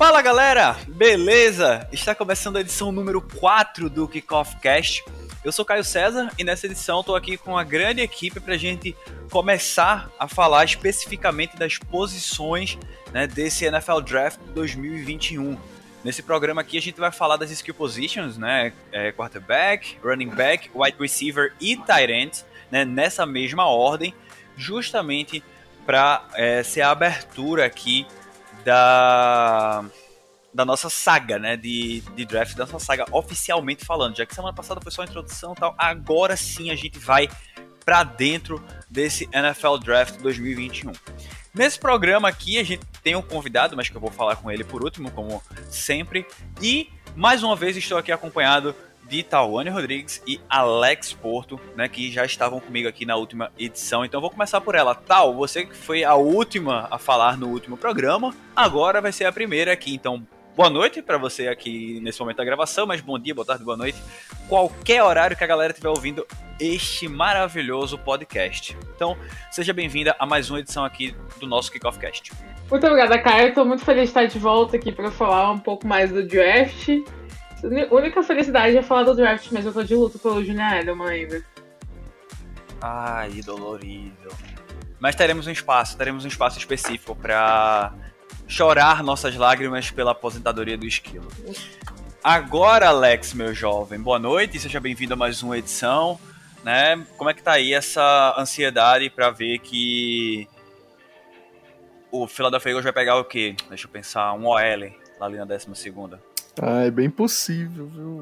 Fala galera, beleza? Está começando a edição número 4 do Kickoff Cast. Eu sou Caio César e nessa edição estou aqui com uma grande equipe para a gente começar a falar especificamente das posições, né, desse NFL Draft 2021. Nesse programa aqui a gente vai falar das skill positions, né, quarterback, running back, wide receiver e tight end, né, nessa mesma ordem, justamente para ser a abertura aqui da nossa saga, né, de draft, da nossa saga oficialmente falando, já que semana passada foi só a introdução e tal, agora sim a gente vai pra dentro desse NFL Draft 2021. Nesse programa aqui a gente tem um convidado, mas que eu vou falar com ele por último, como sempre, e mais uma vez estou aqui acompanhado de Tawane Rodrigues e Alex Porto, né, que já estavam comigo aqui na última edição. Então eu vou começar por ela. Tal, você que foi a última a falar no último programa, agora vai ser a primeira aqui. Então, boa noite para você aqui nesse momento da gravação, mas bom dia, boa tarde, boa noite, qualquer horário que a galera estiver ouvindo este maravilhoso podcast. Então, seja bem-vinda a mais uma edição aqui do nosso Kickoff Cast. Muito obrigada, Caio. Estou muito feliz de estar de volta aqui para falar um pouco mais do draft. A única felicidade é falar do draft, mas eu tô de luto pelo Julian Edelman ainda. Ai, dolorido. Mas teremos um espaço específico para chorar nossas lágrimas pela aposentadoria do Esquilo. Agora, Alex, meu jovem, boa noite, seja bem-vindo a mais uma edição, né? Como é que tá aí essa ansiedade para ver que o Philadelphia Eagles vai pegar o quê? Deixa eu pensar, um OL lá ali na 12ª. É bem possível, viu?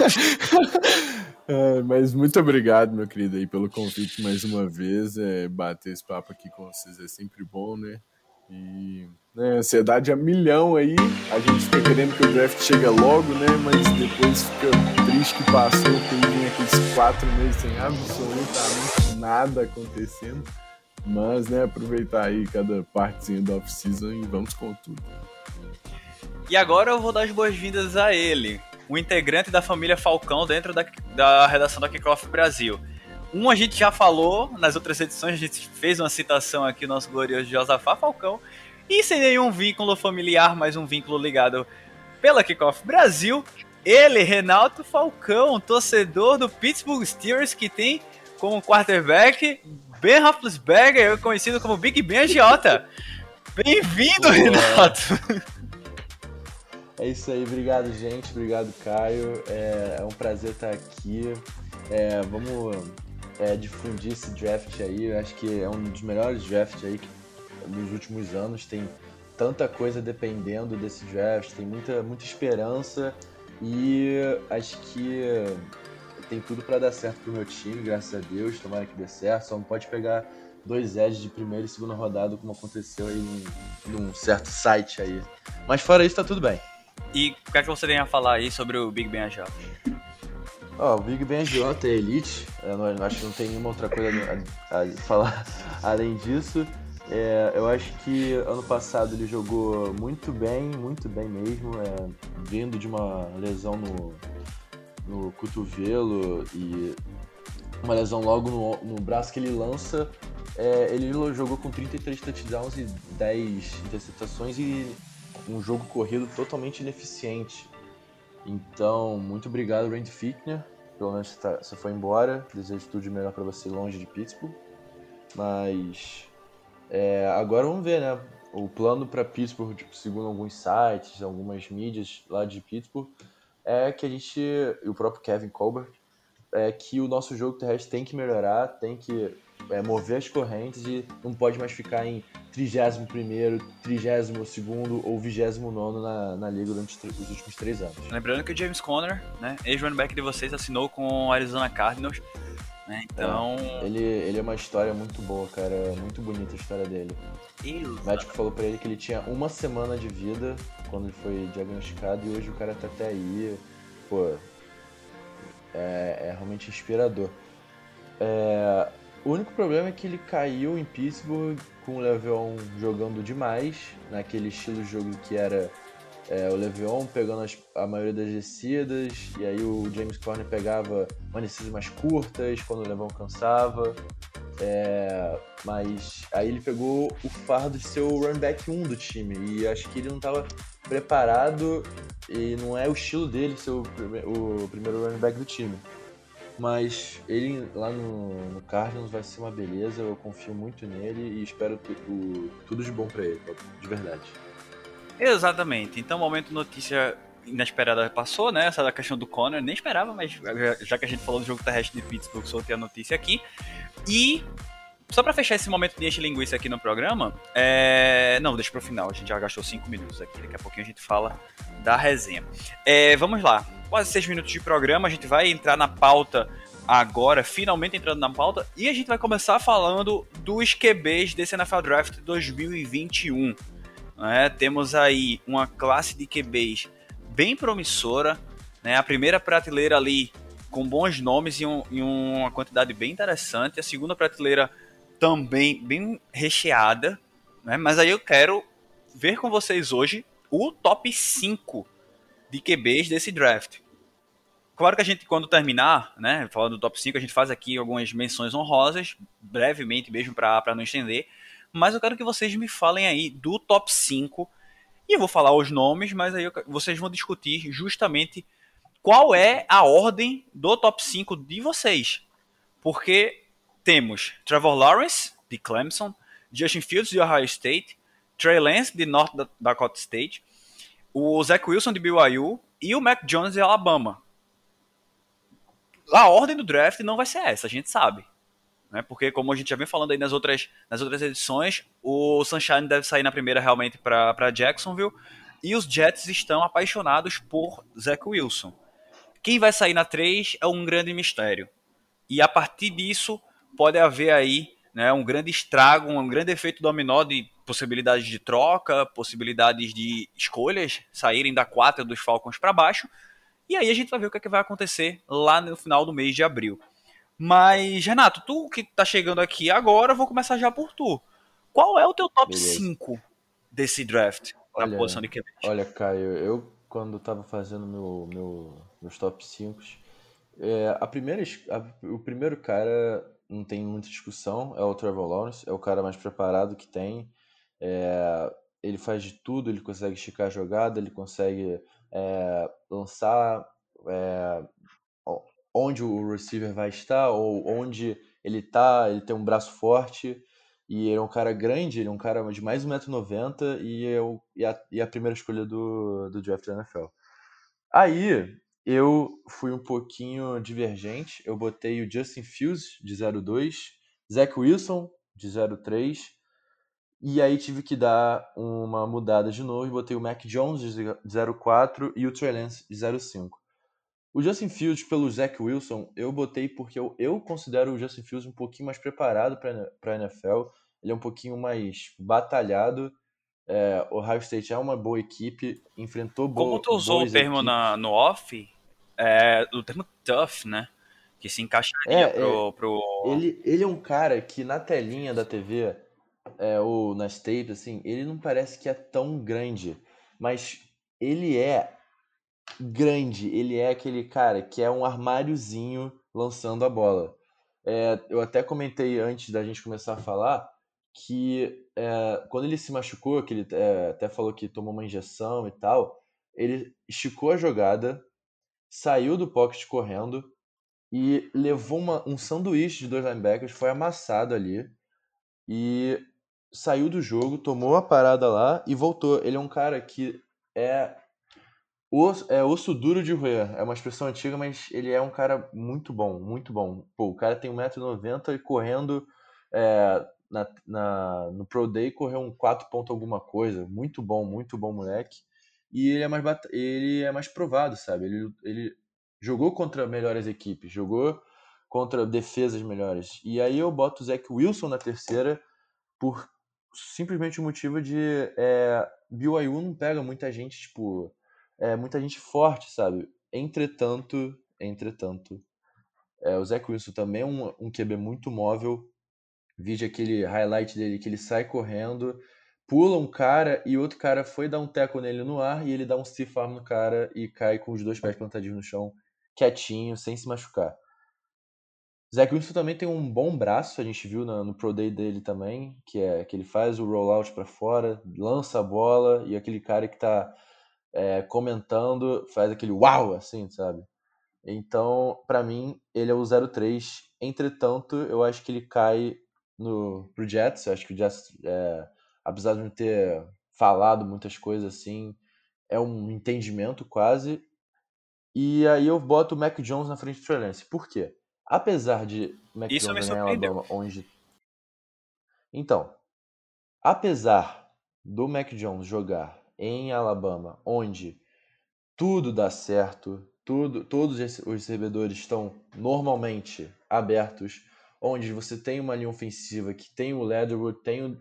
Mas muito obrigado, meu querido, aí, pelo convite mais uma vez. Bater esse papo aqui com vocês é sempre bom, né? E ansiedade a milhão aí. A gente fica querendo que o draft chegue logo, né? Mas depois fica triste que passou, que vem aqueles 4 meses sem absolutamente nada acontecendo. Mas, né, aproveitar aí cada partezinha da off-season e vamos com tudo. E agora eu vou dar as boas-vindas a ele, o integrante da família Falcão dentro da redação da Kickoff Brasil. A gente já falou nas outras edições, a gente fez uma citação aqui, o nosso glorioso Josafá Falcão, e sem nenhum vínculo familiar, mas um vínculo ligado pela Kickoff Brasil, ele, Renato Falcão, torcedor do Pittsburgh Steelers, que tem como quarterback Ben Roethlisberger, conhecido como Big Ben Agiota. Bem-vindo, Renato! É isso aí, obrigado, gente, obrigado, Caio, é um prazer estar aqui, vamos difundir esse draft aí, eu acho que é um dos melhores drafts aí dos últimos anos, tem tanta coisa dependendo desse draft, tem muita esperança e acho que tem tudo para dar certo pro meu time, graças a Deus, tomara que dê certo, só não pode pegar 2 edges de primeira e segunda rodada como aconteceu aí num certo site aí, mas fora isso tá tudo bem. E o que é que você tem a falar aí sobre o Big Ben Agiota? O Big Ben Agiota é elite, eu acho que não tem nenhuma outra coisa a falar além disso. Eu acho que ano passado ele jogou muito bem mesmo, vindo de uma lesão no cotovelo e uma lesão logo no braço que ele lança. Ele jogou com 33 touchdowns e 10 interceptações e um jogo corrido totalmente ineficiente. Então, muito obrigado, Randy Fichtner. Pelo menos você foi embora. Desejo tudo de melhor para você longe de Pittsburgh. Mas agora vamos ver, né? O plano para Pittsburgh, segundo alguns sites, algumas mídias lá de Pittsburgh, é que e o próprio Kevin Colbert, é que o nosso jogo terrestre tem que melhorar, tem que mover as correntes e não pode mais ficar em 31º, 32º ou 29º na liga durante os últimos 3 anos. Lembrando que o James Conner, né, ex-running back de vocês, assinou com o Arizona Cardinals, né, então... Ele é uma história muito boa, cara, é muito bonita a história dele. Exato. O médico falou pra ele que ele tinha 1 semana de vida quando ele foi diagnosticado e hoje o cara tá até aí, pô, é realmente inspirador. O único problema é que ele caiu em Pittsburgh com o Le'Veon jogando demais, naquele estilo de jogo que era o Le'Veon pegando a maioria das descidas, e aí o James Conner pegava umas descidas mais curtas, quando o Le'Veon cansava. Mas aí ele pegou o fardo de ser o running back 1 do time. E acho que ele não estava preparado e não é o estilo dele ser o primeiro running back do time. Mas ele lá no Cardinals vai ser uma beleza, eu confio muito nele e espero tudo de bom pra ele, de verdade. Exatamente. Então, momento notícia inesperada passou, né? Essa da questão do Conner, nem esperava, mas já que a gente falou do jogo terrestre de Pittsburgh, soltei a notícia aqui. E só pra fechar esse momento de enche linguiça aqui no programa, não, deixa pro final, a gente já gastou 5 minutos aqui, daqui a pouquinho a gente fala da resenha. Vamos lá, quase 6 minutos de programa, a gente vai entrar na pauta agora, finalmente entrando na pauta, e a gente vai começar falando dos QBs desse NFL Draft 2021. Né? Temos aí uma classe de QBs bem promissora, né? A primeira prateleira ali com bons nomes e uma quantidade bem interessante, a segunda prateleira também bem recheada, né? Mas aí eu quero ver com vocês hoje o top 5 de QBs desse draft. Claro que a gente, quando terminar, né, falando do top 5, a gente faz aqui algumas menções honrosas, brevemente mesmo para não estender, mas eu quero que vocês me falem aí do top 5, e eu vou falar os nomes, mas aí vocês vão discutir justamente qual é a ordem do top 5 de vocês. Porque temos Trevor Lawrence, de Clemson, Justin Fields, de Ohio State, Trey Lance, de North Dakota State, o Zach Wilson, de BYU, e o Mac Jones, de Alabama. A ordem do draft não vai ser essa, a gente sabe. Né? Porque, como a gente já vem falando aí nas outras edições, o Sunshine deve sair na primeira realmente para Jacksonville, e os Jets estão apaixonados por Zach Wilson. Quem vai sair na 3 é um grande mistério. E a partir disso, pode haver aí, né, um grande estrago, um grande efeito dominó de possibilidades de troca, possibilidades de escolhas saírem da 4 dos Falcons para baixo. E aí a gente vai ver o que, é que vai acontecer lá no final do mês de abril. Mas, Renato, tu que tá chegando aqui agora, eu vou começar já por tu. Qual é o teu top Beleza. 5 desse draft na posição de QB? Olha, Caio, eu quando tava fazendo meus top 5, o primeiro cara, não tem muita discussão, é o Trevor Lawrence, é o cara mais preparado que tem. Ele faz de tudo, ele consegue esticar a jogada, ele consegue lançar onde o receiver vai estar, ou onde ele tá, ele tem um braço forte, e ele é um cara grande, ele é um cara de mais de 1,90 m e a primeira escolha do draft da NFL. Aí, eu fui um pouquinho divergente, eu botei o Justin Fields, de 0,2, Zach Wilson, de 0,3, e aí tive que dar uma mudada de novo e botei o Mac Jones, de 0,4, e o Trey Lance, de 0,5. O Justin Fields pelo Zach Wilson, eu botei porque eu considero o Justin Fields um pouquinho mais preparado para a NFL. Ele é um pouquinho mais batalhado. O Ohio State é uma boa equipe, enfrentou Como tu usou o termo no off, o termo tough, né? Que se encaixaria pro... Ele é um cara que na telinha da TV, ou nas tapes, assim, ele não parece que é tão grande, mas ele é grande, ele é aquele cara que é um armáriozinho lançando a bola. Eu até comentei antes da gente começar a falar que quando ele se machucou, que ele até falou que tomou uma injeção e tal, ele esticou a jogada, saiu do pocket correndo e levou um sanduíche de 2 linebackers, foi amassado ali e saiu do jogo, tomou a parada lá e voltou. Ele é um cara que é osso duro de roer. É uma expressão antiga, mas ele é um cara muito bom, muito bom. Pô, o cara tem 1,90 m e correndo no Pro Day correu um 4 ponto alguma coisa. Muito bom, moleque. E ele é mais provado, sabe? Ele jogou contra melhores equipes, jogou contra defesas melhores. E aí eu boto o Zach Wilson na terceira por simplesmente o motivo de BYU não pega muita gente, tipo, muita gente forte, sabe? Entretanto, o Zach Wilson também é um QB muito móvel. Vide aquele highlight dele que ele sai correndo, pula um cara e outro cara foi dar um tackle nele no ar e ele dá um stiff arm no cara e cai com os 2 pés plantadinhos no chão, quietinho, sem se machucar. Zach Wilson também tem um bom braço, a gente viu no Pro Day dele também, que ele faz o rollout para fora, lança a bola, e aquele cara que tá comentando faz aquele uau, assim, sabe? Então, para mim, ele é o 0-3. Entretanto, eu acho que ele cai pro Jets. Eu acho que o Jets, apesar de não ter falado muitas coisas assim, é um entendimento quase. E aí eu boto o Mac Jones na frente do Trey Lance. Por quê? Apesar de o Mac Isso Jones me jogar em surpreendeu. Alabama, onde... Então, apesar do Mac Jones jogar em Alabama, onde tudo dá certo, todos os recebedores estão normalmente abertos, onde você tem uma linha ofensiva que tem o Leatherwood, tem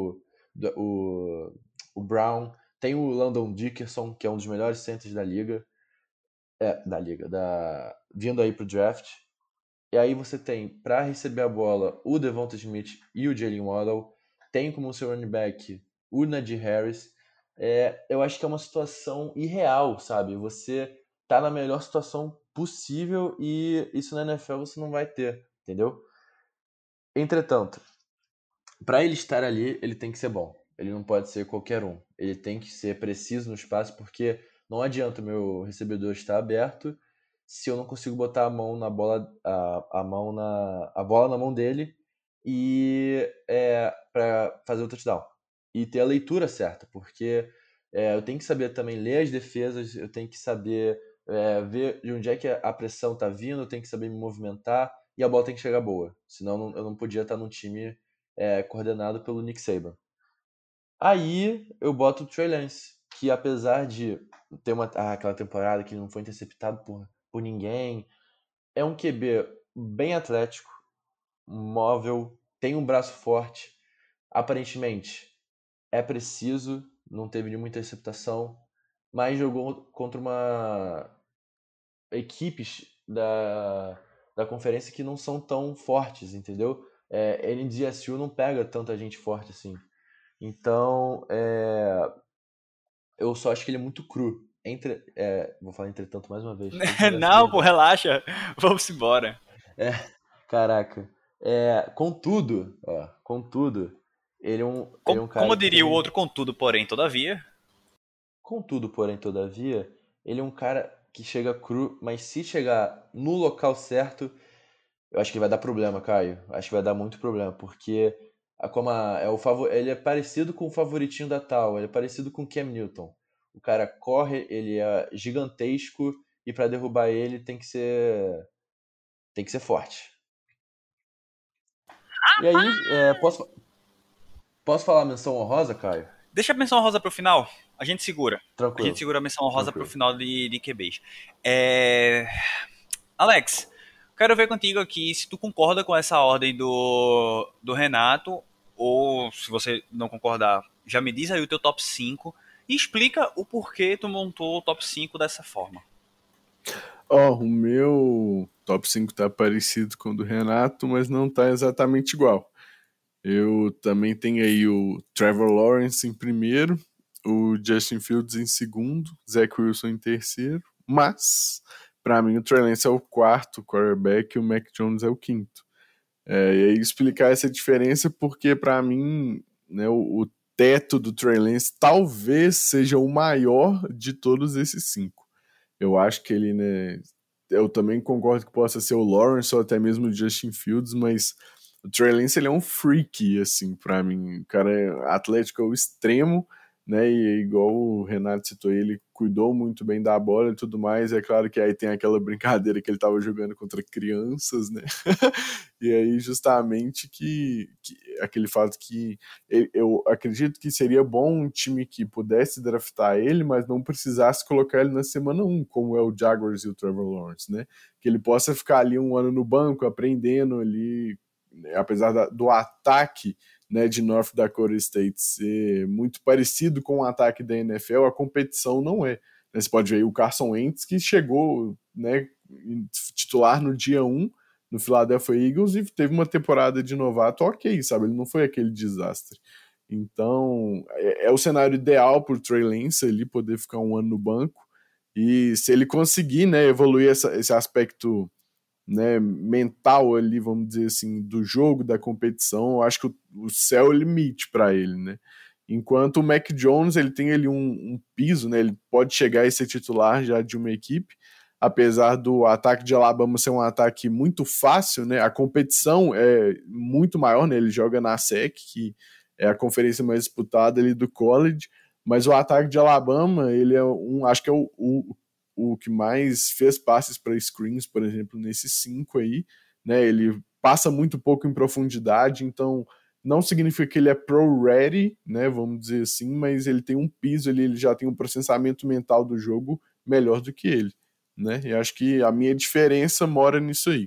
o Brown, tem o Landon Dickerson, que é um dos melhores centers da liga, vindo aí pro draft. E aí você tem, para receber a bola, o Devonta Smith e o Jalen Waddle, tem como seu running back o Najee Harris. Eu acho que é uma situação irreal, sabe? Você tá na melhor situação possível e isso na NFL você não vai ter, entendeu? Entretanto, para ele estar ali, ele tem que ser bom. Ele não pode ser qualquer um. Ele tem que ser preciso no espaço, porque não adianta o meu recebedor estar aberto se eu não consigo botar a mão na bola, a bola na mão dele e para fazer o touchdown. E ter a leitura certa, porque eu tenho que saber também ler as defesas, eu tenho que saber ver de onde é que a pressão está vindo, eu tenho que saber me movimentar e a bola tem que chegar boa. Senão eu não podia estar num time coordenado pelo Nick Saban. Aí eu boto o Trey Lance, que apesar de ter aquela temporada que não foi interceptado por ninguém, é um QB bem atlético, móvel, tem um braço forte, aparentemente é preciso, não teve nenhuma interceptação, mas jogou contra equipes da conferência que não são tão fortes, entendeu? NDSU não pega tanta gente forte assim. Então, eu só acho que ele é muito cru. Vou falar entretanto mais uma vez. Não, pô, relaxa. Vamos embora. Caraca. Contudo, ele é um cara Como que diria o tem... outro, contudo, porém, todavia. Contudo, porém, todavia, ele é um cara que chega cru, mas se chegar no local certo, eu acho que vai dar problema, Caio. Acho que vai dar muito problema, porque ele é parecido com o favoritinho da tal, ele é parecido com o Cam Newton. O cara corre, ele é gigantesco e para derrubar ele tem que ser forte. E aí, posso falar a menção honrosa, Caio? Deixa a menção rosa pro final. A gente segura. Tranquilo. A gente segura a menção rosa Tranquilo. pro final de QBs. Alex, quero ver contigo aqui se tu concorda com essa ordem do Renato, ou se você não concordar, já me diz aí o teu top 5 e explica o porquê tu montou o top 5 dessa forma. O meu top 5 tá parecido com o do Renato, mas não tá exatamente igual. Eu também tenho aí o Trevor Lawrence em primeiro, o Justin Fields em segundo, Zach Wilson em terceiro, mas para mim o Trey Lance é o quarto quarterback e o Mac Jones é o quinto. E aí explicar essa diferença porque para mim, né, o teto do Trey Lance talvez seja o maior de todos esses 5. Eu acho que ele, né, eu também concordo que possa ser o Lawrence ou até mesmo o Justin Fields, mas o Trey Lance, ele é um freak, assim, pra mim. O cara é atlético ao extremo, né? E igual o Renato citou, ele cuidou muito bem da bola e tudo mais. É claro que aí tem aquela brincadeira que ele tava jogando contra crianças, né? E aí, justamente, aquele fato que eu acredito que seria bom um time que pudesse draftar ele, mas não precisasse colocar ele na semana 1, como é o Jaguars e o Trevor Lawrence, né? Que ele possa ficar ali um ano no banco, aprendendo ali, apesar do ataque, né, de North Dakota State ser muito parecido com o ataque da NFL, a competição não é. Você pode ver aí o Carson Wentz, que chegou, né, titular no dia 1 no Philadelphia Eagles e teve uma temporada de novato ok, sabe? Ele não foi aquele desastre. Então, é o cenário ideal para o Trey Lance ali poder ficar um ano no banco e se ele conseguir, né, evoluir esse aspecto né, mental ali, vamos dizer assim, do jogo, da competição, eu acho que o céu é o limite para ele, né? Enquanto o Mac Jones, ele tem ali um piso, né? Ele pode chegar a ser titular já de uma equipe, apesar do ataque de Alabama ser um ataque muito fácil, né? A competição é muito maior, né? Ele joga na SEC, que é a conferência mais disputada ali do college, mas o ataque de Alabama, ele é acho que é o que mais fez passes para screens, por exemplo, nesses 5 aí, né? Ele passa muito pouco em profundidade, então não significa que ele é pro-ready, né? Vamos dizer assim, mas ele tem um piso, ele já tem um processamento mental do jogo melhor do que ele, né? E acho que a minha diferença mora nisso aí.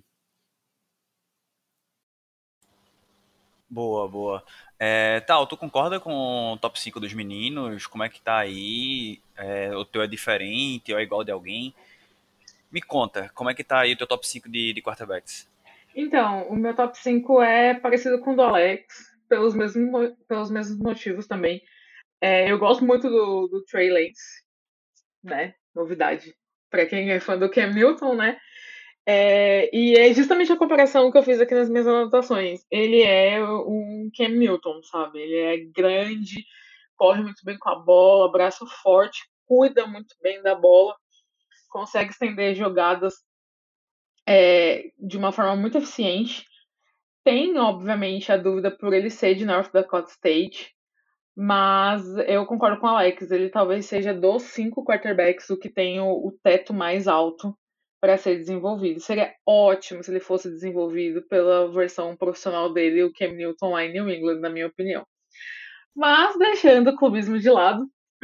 Boa, boa. Tu concorda com o top 5 dos meninos? Como é que tá aí? O teu é diferente ou é igual de alguém? Me conta, como é que tá aí o teu top 5 de quarterbacks? Então, o meu top 5 é parecido com o do Alex, pelos mesmos motivos também. Eu gosto muito do Trey Lance, né? Novidade. Pra quem é fã do Cam Newton, né? E é justamente a comparação que eu fiz aqui nas minhas anotações. Ele é um Cam Newton, sabe? Ele é grande, corre muito bem com a bola, braço forte, cuida muito bem da bola, consegue estender jogadas de uma forma muito eficiente. Tem, obviamente, a dúvida por ele ser de North Dakota State, mas eu concordo com o Alex. Ele talvez seja dos 5 quarterbacks o que tem o teto mais alto para ser desenvolvido. Seria ótimo se ele fosse desenvolvido pela versão profissional dele, o Cam Newton lá em New England, na minha opinião. Mas, deixando o clubismo de lado,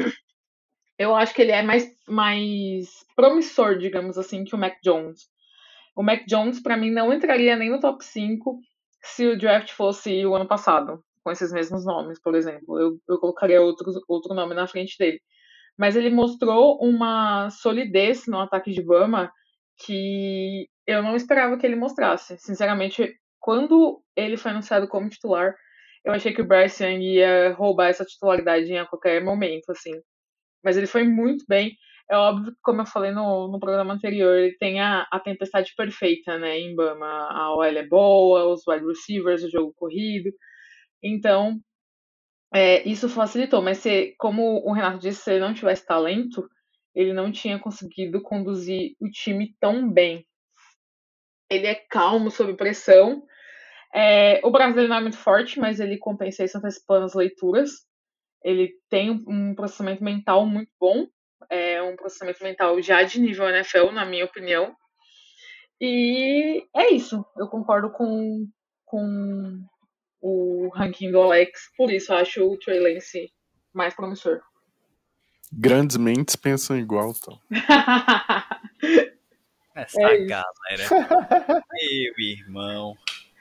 eu acho que ele é mais promissor, digamos assim, que o Mac Jones. O Mac Jones, para mim, não entraria nem no top 5 se o draft fosse o ano passado, com esses mesmos nomes, por exemplo. Eu colocaria outro nome na frente dele. Mas ele mostrou uma solidez no ataque de Bama que eu não esperava que ele mostrasse. Sinceramente, quando ele foi anunciado como titular, eu achei que o Bryce Young ia roubar essa titularidade a qualquer momento, assim. Mas ele foi muito bem. É óbvio que, como eu falei no programa anterior, ele tem a tempestade perfeita, né, em Bama. A OL é boa, os wide receivers, o jogo corrido. Então, isso facilitou. Mas como o Renato disse, se ele não tivesse talento, ele não tinha conseguido conduzir o time tão bem. Ele é calmo sob pressão. O braço dele não é muito forte, mas ele compensa isso antecipando as leituras. Ele tem um processamento mental muito bom, um processamento mental já de nível NFL, na minha opinião. E é isso. Eu concordo com o ranking do Alex, por isso eu acho o Trey Lance mais promissor. Grandes mentes pensam igual, então. Essa galera. Meu irmão.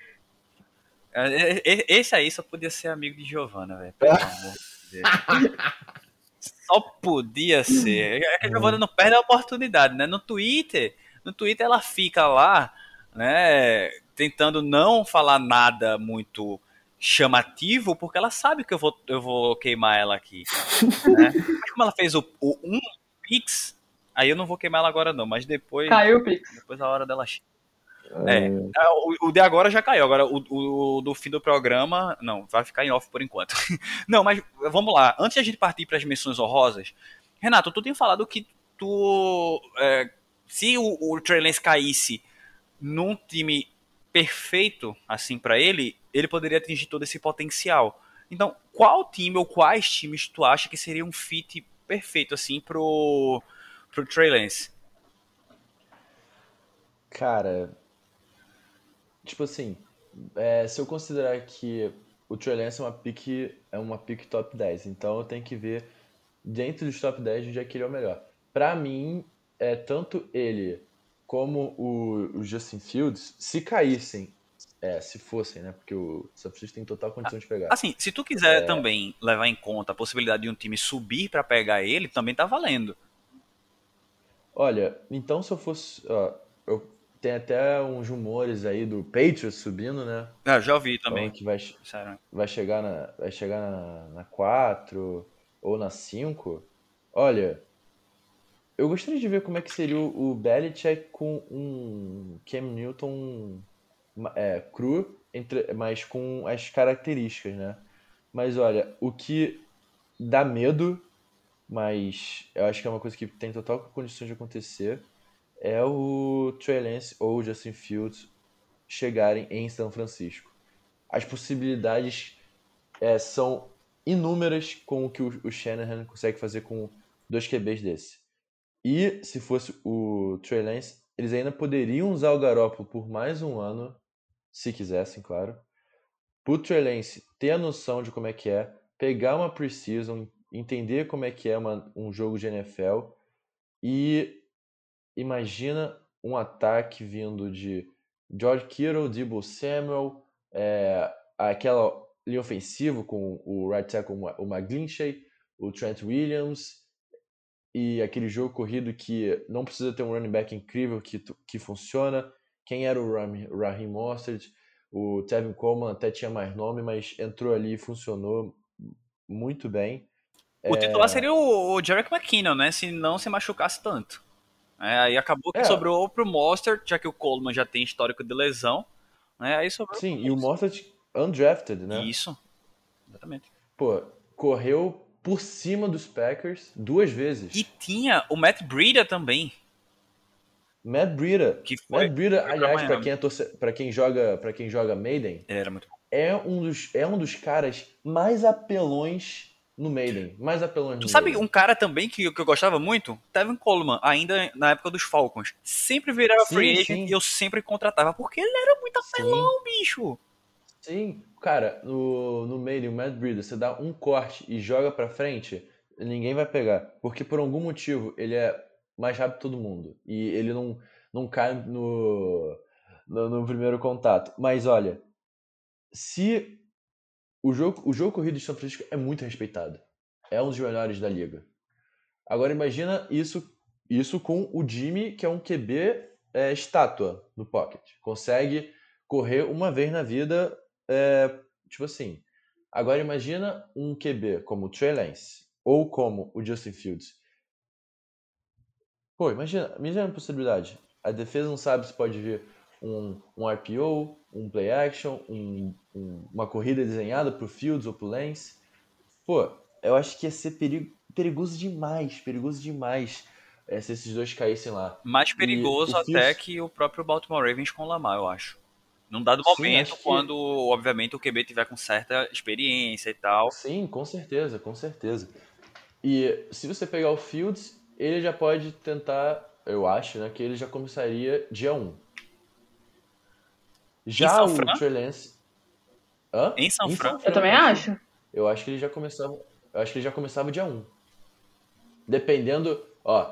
Esse aí só podia ser amigo de Giovana, velho. Pelo amor de Deus. Só podia ser. É que a Giovana não perde a oportunidade, né? No Twitter ela fica lá, né? Tentando não falar nada muito chamativo, porque ela sabe que eu vou queimar ela aqui. Né? Mas como ela fez um Pix, aí eu não vou queimar ela agora não, mas depois. Caiu o Pix. Depois a hora dela chega. O de agora já caiu. Agora o do fim do programa, não, vai ficar em off por enquanto. Não, mas vamos lá. Antes de a gente partir para as menções honrosas, Renato, tu tinha falado que se o Trey Lance caísse num time perfeito, assim, para ele poderia atingir todo esse potencial. Então, qual time ou quais times tu acha que seria um fit perfeito, assim, pro Trey Lance? Cara, tipo assim, se eu considerar que o Trey Lance é uma pick top 10, então eu tenho que ver dentro dos top 10 onde é que ele é o melhor. Pra mim, tanto ele como o Justin Fields, se caíssem, se fossem, né? Porque o San Francisco tem total condição de pegar. Assim, se tu quiser também levar em conta a possibilidade de um time subir pra pegar ele, também tá valendo. Olha, então se eu fosse... eu tenho até uns rumores aí do Patriots subindo, né? Já ouvi também. Que vai chegar na 4 ou na 5. Olha, Eu gostaria de ver como é que seria o Belichick com um Cam Newton cru, mas com as características, né? Mas olha, o que dá medo, mas eu acho que é uma coisa que tem total condições de acontecer, é o Trey Lance ou o Justin Fields chegarem em São Francisco. As possibilidades são inúmeras com o que o Shanahan consegue fazer com dois QBs desse. E se fosse o Trey Lance, eles ainda poderiam usar o Garoppolo por mais um ano, se quisessem, claro. Pro Trey Lance ter a noção de como é que é, pegar uma preseason, entender como é que é um jogo de NFL e imagina um ataque vindo de George Kittle, Deebo Samuel, aquela linha ofensiva com o right tackle, o McGlinchey, o Trent Williams, e aquele jogo corrido que não precisa ter um running back incrível que funciona. Quem era o Raheem Mostert? O Tevin Coleman até tinha mais nome, mas entrou ali e funcionou muito bem. O titular seria o Jerick McKinnon, né? Se não se machucasse tanto. Aí acabou que sobrou pro Mostert, já que o Coleman já tem histórico de lesão. Aí sobrou. Sim, e o Mostert undrafted, né? Isso, exatamente. Pô, correu por cima dos Packers 2 vezes. E tinha o Matt Breida também. Matt Breida. Que foi, Matt Breida, aliás, para quem joga Maiden, era muito bom. É um dos caras mais apelões no Maiden. Tu sabe um cara também que eu gostava muito? Tevin Coleman, ainda na época dos Falcons. Sempre virava free agent e eu sempre contratava, porque ele era muito apelão, bicho. Sim, cara, no Maiden, o Matt Breida, você dá um corte e joga pra frente, ninguém vai pegar. Porque por algum motivo ele é mais rápido que todo mundo. E ele não cai no primeiro contato. Mas olha, se o jogo corrido de São Francisco é muito respeitado. É um dos melhores da liga. Agora imagina isso com o Jimmy, que é um QB estátua no pocket. Consegue correr uma vez na vida, tipo assim. Agora imagina um QB como o Trey Lance ou como o Justin Fields. Pô, imagina a possibilidade. A defesa não sabe se pode vir um RPO, um play action, uma corrida desenhada pro Fields ou pro Lance. Pô, eu acho que ia ser perigoso demais se esses dois caíssem lá. Mais perigoso até que o próprio Baltimore Ravens com o Lamar, eu acho. Num dado momento, quando, obviamente, o QB tiver com certa experiência e tal. Sim, com certeza, com certeza. E se você pegar o Fields, ele já pode tentar, eu acho, né, que ele já começaria dia 1. Já o Trey Lance... Em São Fran? Eu também acho. Eu acho que ele já começava dia 1. Dependendo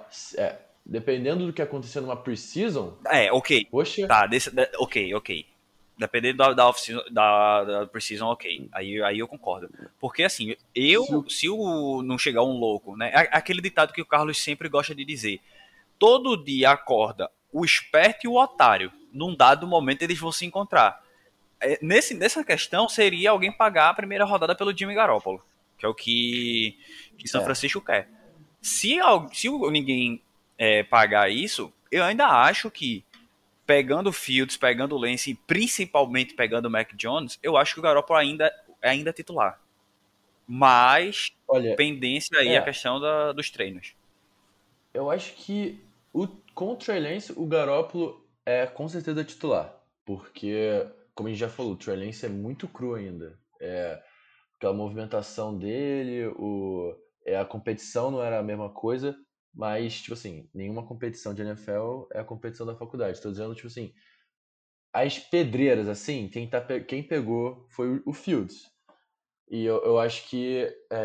do que acontecer numa preseason... ok. Poxa... Tá, ok. Dependendo da preseason, ok. Aí eu concordo. Porque assim, se não chegar um louco, né? Aquele ditado que o Carlos sempre gosta de dizer. Todo dia acorda o esperto e o otário. Num dado momento eles vão se encontrar. Nessa questão, seria alguém pagar a primeira rodada pelo Jimmy Garoppolo. Que é o que São Francisco quer. Se ninguém pagar isso, eu ainda acho que pegando o Fields, pegando o Lance e principalmente pegando o Mac Jones, eu acho que o Garoppolo ainda é titular. Mas, pendência aí a questão dos treinos. Eu acho que com o Trey Lance, o Garoppolo é com certeza titular. Porque, como a gente já falou, o Trey Lance é muito cru ainda. Aquela movimentação dele, a competição não era a mesma coisa. Mas, tipo assim, nenhuma competição de NFL é a competição da faculdade. Estou dizendo, tipo assim, as pedreiras, assim, quem pegou foi o Fields. E eu acho que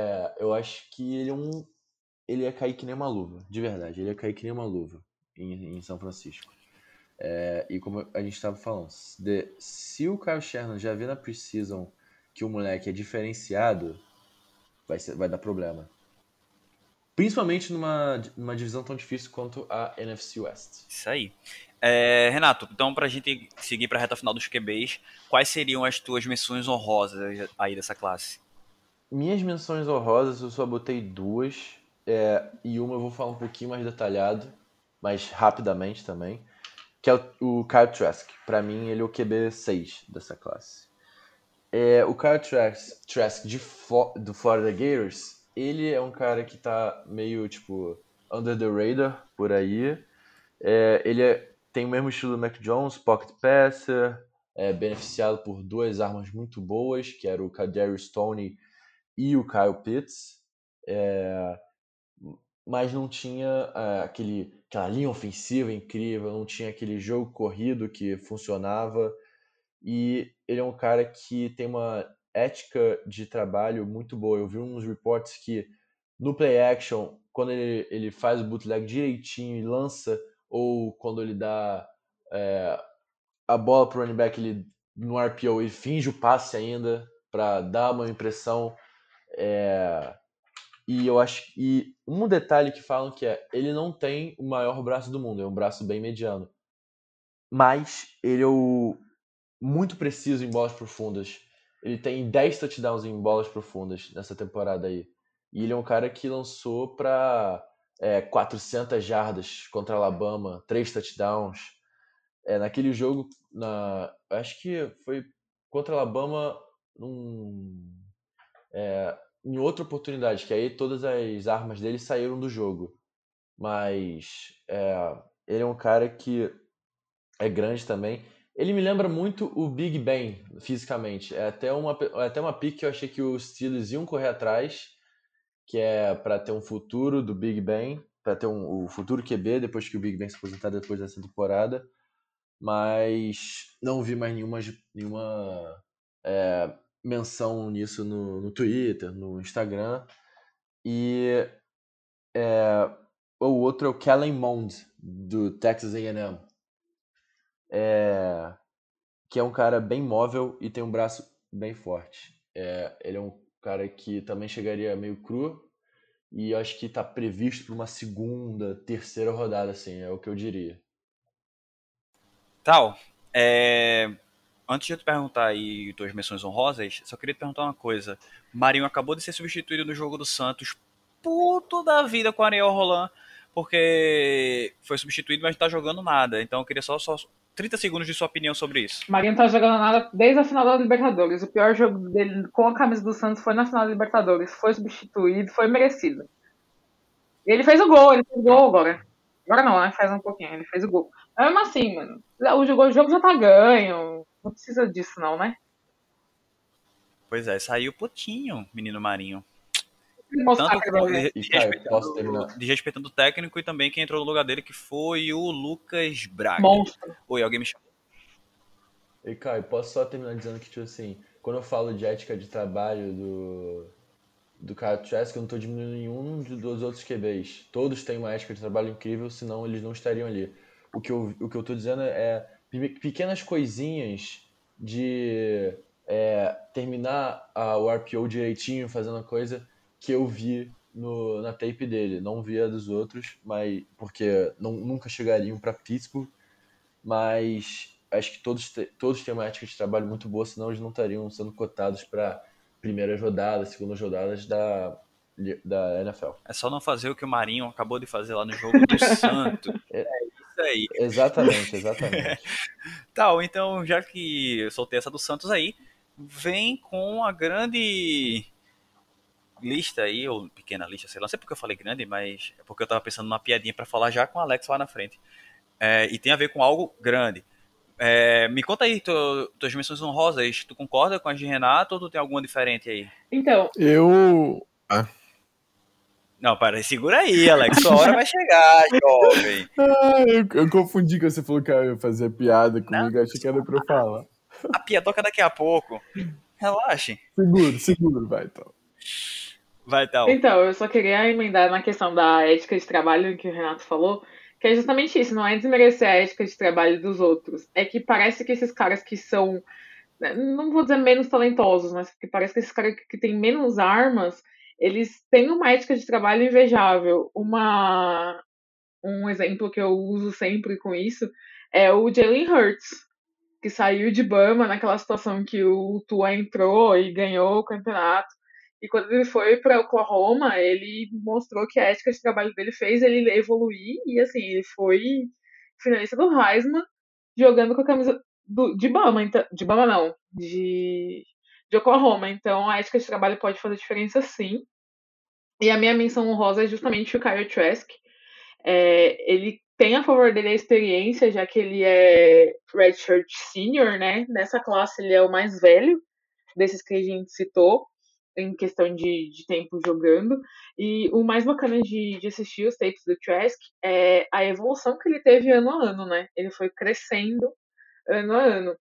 ele ia cair que nem uma luva, de verdade. Ele ia cair que nem uma luva em São Francisco. E como a gente estava falando, se o Kyle Shanahan já vê na preseason que o moleque é diferenciado, vai dar problema. Principalmente numa divisão tão difícil quanto a NFC West. Isso aí. Renato, então pra gente seguir pra reta final dos QBs, quais seriam as tuas menções honrosas aí dessa classe? Minhas menções honrosas eu só botei 2. e uma eu vou falar um pouquinho mais detalhado, mas rapidamente também, que é o Kyle Trask. Pra mim, ele é o QB 6 dessa classe. O Kyle Trask do Florida Gators, ele é um cara que tá meio, tipo, under the radar por aí. Tem o mesmo estilo do Mac Jones, pocket passer, beneficiado por duas armas muito boas, que era o Kadarius Toney e o Kyle Pitts. Mas não tinha aquela linha ofensiva incrível, não tinha aquele jogo corrido que funcionava. E ele é um cara que tem uma ética de trabalho muito boa. Eu vi uns reports que no play action, quando ele faz o bootleg direitinho e lança, ou quando ele dá a bola pro running back, ele, no RPO, ele finge o passe ainda para dar uma impressão. E eu acho que um detalhe que falam que ele não tem o maior braço do mundo, é um braço bem mediano. Mas ele é muito preciso em bolas profundas. Ele tem 10 touchdowns em bolas profundas nessa temporada aí. E ele é um cara que lançou para 400 jardas contra a Alabama, 3 touchdowns. Naquele jogo, acho que foi contra a Alabama em outra oportunidade, que aí todas as armas dele saíram do jogo. Mas ele é um cara que é grande também. Ele me lembra muito o Big Ben, fisicamente. É até uma pick que eu achei que os Steelers iam correr atrás, que é para ter um futuro do Big Ben, para ter o futuro QB depois que o Big Ben se aposentar depois dessa temporada. Mas não vi mais nenhuma menção nisso no Twitter, no Instagram. E o outro é o Kellen Mond, do Texas A&M. Que é um cara bem móvel e tem um braço bem forte. Ele é um cara que também chegaria meio cru e acho que está previsto para uma segunda, terceira rodada, assim, é o que eu diria. Tal, antes de eu te perguntar aí tuas menções honrosas, só queria te perguntar uma coisa. Marinho acabou de ser substituído no jogo do Santos, puto da vida com o Ariel Roland, porque foi substituído, mas não tá jogando nada. Então eu queria só 30 segundos de sua opinião sobre isso. Marinho não tá jogando nada desde a final da Libertadores. O pior jogo dele com a camisa do Santos foi na final da Libertadores. Foi substituído, foi merecido. Ele fez o gol agora. Agora não, né? Faz um pouquinho, ele fez o gol. Mas mesmo assim, mano, o jogo já tá ganho. Não precisa disso, não, né? Pois é, saiu putinho, menino Marinho. Mostrar Tanto que desrespeitando o técnico e também quem entrou no lugar dele, que foi o Lucas Braga. monstro. Oi, alguém me chamou? E Caio, posso só terminar dizendo que, tipo assim, quando eu falo de ética de trabalho do Kyle Trask, eu não tô diminuindo nenhum dos outros QBs. Todos têm uma ética de trabalho incrível, senão eles não estariam ali. O que eu tô dizendo é pequenas coisinhas de terminar o RPO direitinho, fazendo a coisa que eu vi na tape dele. Não via dos outros, mas porque nunca chegariam para Pittsburgh, mas acho que todos têm uma ética de trabalho muito boa, senão eles não estariam sendo cotados para primeiras rodadas, segundas rodadas da NFL. É só não fazer o que o Marinho acabou de fazer lá no jogo do Santos. É isso aí. Exatamente. Tal, então, já que eu soltei essa do Santos aí, vem com a grande lista aí, ou pequena lista, sei lá, não sei porque eu falei grande, mas é porque eu tava pensando numa piadinha pra falar já com o Alex lá na frente. E tem a ver com algo grande. Me conta aí tuas menções honrosas, tu concorda com as de Renato ou tu tem alguma diferente aí? Então, Não, para, segura aí, Alex, sua hora vai chegar, jovem. Eu confundi que você falou que ia fazer piada comigo, achei que era pra eu falar. A piadoca daqui a pouco. Relaxem. Seguro, vai então. Vai, Tal. Então, eu só queria emendar na questão da ética de trabalho que o Renato falou, que é justamente isso, não é desmerecer a ética de trabalho dos outros. É que parece que esses caras que são, não vou dizer menos talentosos, mas que parece que esses caras que têm menos armas, eles têm uma ética de trabalho invejável. Um exemplo que eu uso sempre com isso é o Jalen Hurts, que saiu de Bama naquela situação que o Tua entrou e ganhou o campeonato. E quando ele foi para Oklahoma, ele mostrou que a ética de trabalho dele fez ele evoluir. E assim, ele foi finalista do Heisman, jogando com a camisa de Bama, então, de Bama não, de Oklahoma. Então a ética de trabalho pode fazer diferença sim. E a minha menção honrosa é justamente o Kyle Trask. Ele tem a favor dele a experiência, já que ele é redshirt senior, né? Nessa classe ele é o mais velho desses que a gente citou, em questão de tempo jogando. E o mais bacana de assistir os tapes do Trask é a evolução que ele teve ano a ano, né? Ele foi crescendo ano a ano.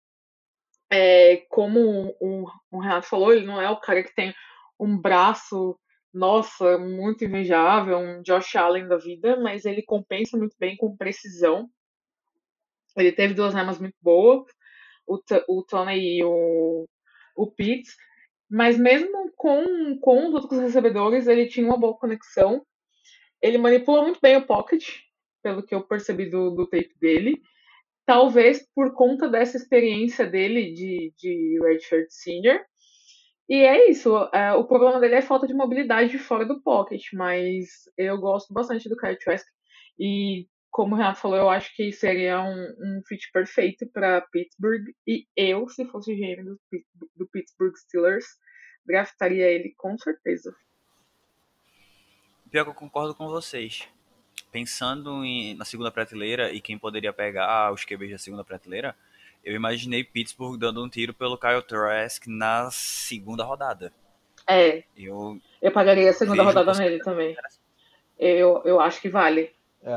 Como o Renato falou, ele não é o cara que tem um braço, nossa, muito invejável, um Josh Allen da vida, mas ele compensa muito bem com precisão. Ele teve 2 armas muito boas, o Tony e o Pitts, mas mesmo com os outros recebedores, ele tinha uma boa conexão. Ele manipula muito bem o pocket, pelo que eu percebi do tape dele. Talvez por conta dessa experiência dele de redshirt senior. E é isso. O problema dele é falta de mobilidade fora do pocket, mas eu gosto bastante do Kyle Trask. E como o Renato falou, eu acho que seria um fit perfeito para Pittsburgh. E eu, se fosse o GM do Pittsburgh Steelers, draftaria ele com certeza. Pior que eu concordo com vocês. Pensando na segunda prateleira e quem poderia pegar os QBs da segunda prateleira, eu imaginei Pittsburgh dando um tiro pelo Kyle Trask na segunda rodada. Eu pagaria a segunda rodada nele também. Eu acho que vale.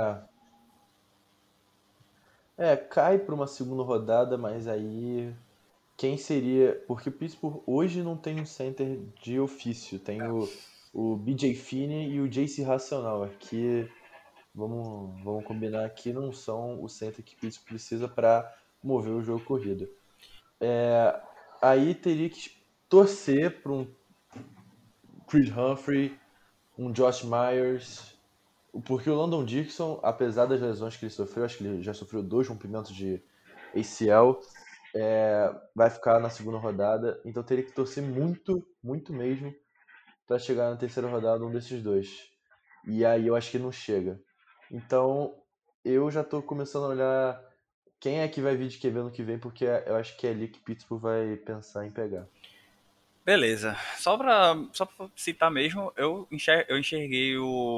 Cai para uma segunda rodada, mas aí quem seria... Porque o Pittsburgh hoje não tem um center de ofício, tem o BJ Finney e o JC Racional, que vamos combinar aqui, não são o center que o Pittsburgh precisa para mover o jogo corrido. Aí teria que torcer para um Creed Humphrey, um Josh Myers, porque o Landon Dixon, apesar das lesões que ele sofreu, acho que ele já sofreu 2 rompimentos de ACL, vai ficar na segunda rodada, então teria que torcer muito, muito mesmo para chegar na terceira rodada um desses dois. E aí eu acho que não chega. Então eu já tô começando a olhar quem é que vai vir de QB no que vem, porque eu acho que é ali que Pittsburgh vai pensar em pegar. Beleza. Só pra citar mesmo, eu enxerguei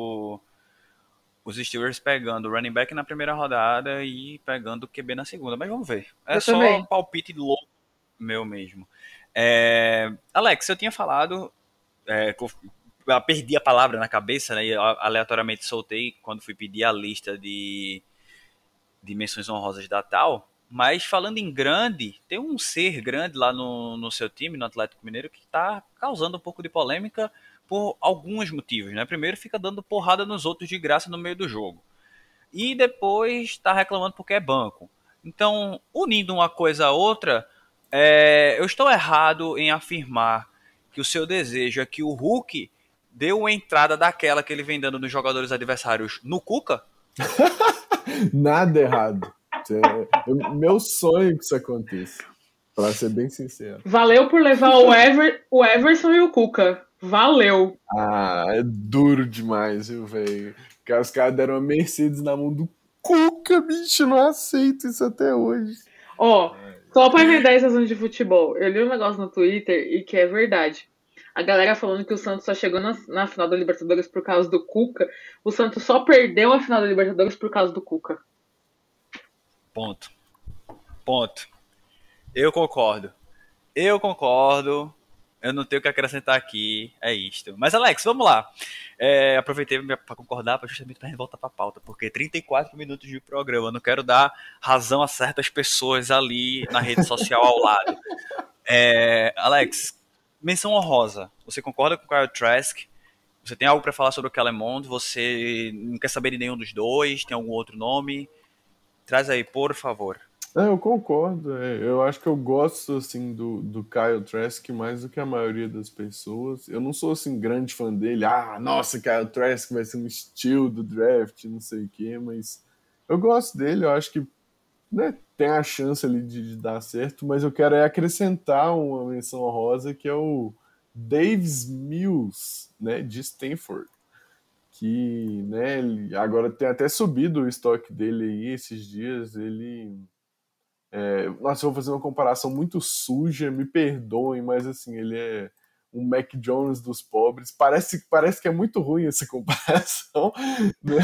os Steelers pegando o running back na primeira rodada e pegando o QB na segunda. Mas vamos ver. É só um palpite louco meu mesmo. Alex, eu tinha falado... eu perdi a palavra na cabeça, né? E aleatoriamente soltei quando fui pedir a lista de menções honrosas da tal. Mas falando em grande, tem um ser grande lá no seu time, no Atlético Mineiro, que está causando um pouco de polêmica por alguns motivos, né? Primeiro, fica dando porrada nos outros de graça no meio do jogo. E depois está reclamando porque é banco. Então, unindo uma coisa a outra, eu estou errado em afirmar que o seu desejo é que o Hulk dê uma entrada daquela que ele vem dando nos jogadores adversários no Cuca? Nada errado. Meu sonho que isso aconteça. Pra ser bem sincero. Valeu por levar o Everson e o Cuca. Valeu. É duro demais, viu, velho? Os caras deram uma Mercedes na mão do Cuca, bicho. Não aceito isso até hoje. Só pra emendar esse assunto de futebol. Eu li um negócio no Twitter e que é verdade. A galera falando que o Santos só chegou na final da Libertadores por causa do Cuca. O Santos só perdeu a final da Libertadores por causa do Cuca. Ponto. Eu concordo. Eu não tenho o que acrescentar aqui. É isto. Mas, Alex, vamos lá. Aproveitei para concordar, justamente para voltar para a pauta, porque 34 minutos de programa. Eu não quero dar razão a certas pessoas ali na rede social ao lado. Alex, menção honrosa. Você concorda com o Kyle Trask? Você tem algo para falar sobre o Kellen Mond? Você não quer saber de nenhum dos dois? Tem algum outro nome? Traz aí, por favor. Eu concordo. Eu acho que eu gosto assim, do Kyle Trask mais do que a maioria das pessoas. Eu não sou assim, grande fã dele. Nossa, Kyle Trask vai ser um estilo do draft, não sei o quê, mas eu gosto dele. Eu acho que, né, tem a chance ali de dar certo, mas eu quero acrescentar uma menção honrosa que é o Davis Mills, né, de Stanford, que, né, ele agora tem até subido o estoque dele aí esses dias. Nossa, eu vou fazer uma comparação muito suja, me perdoem, mas assim, ele é um Mac Jones dos pobres. Parece que é muito ruim essa comparação, né?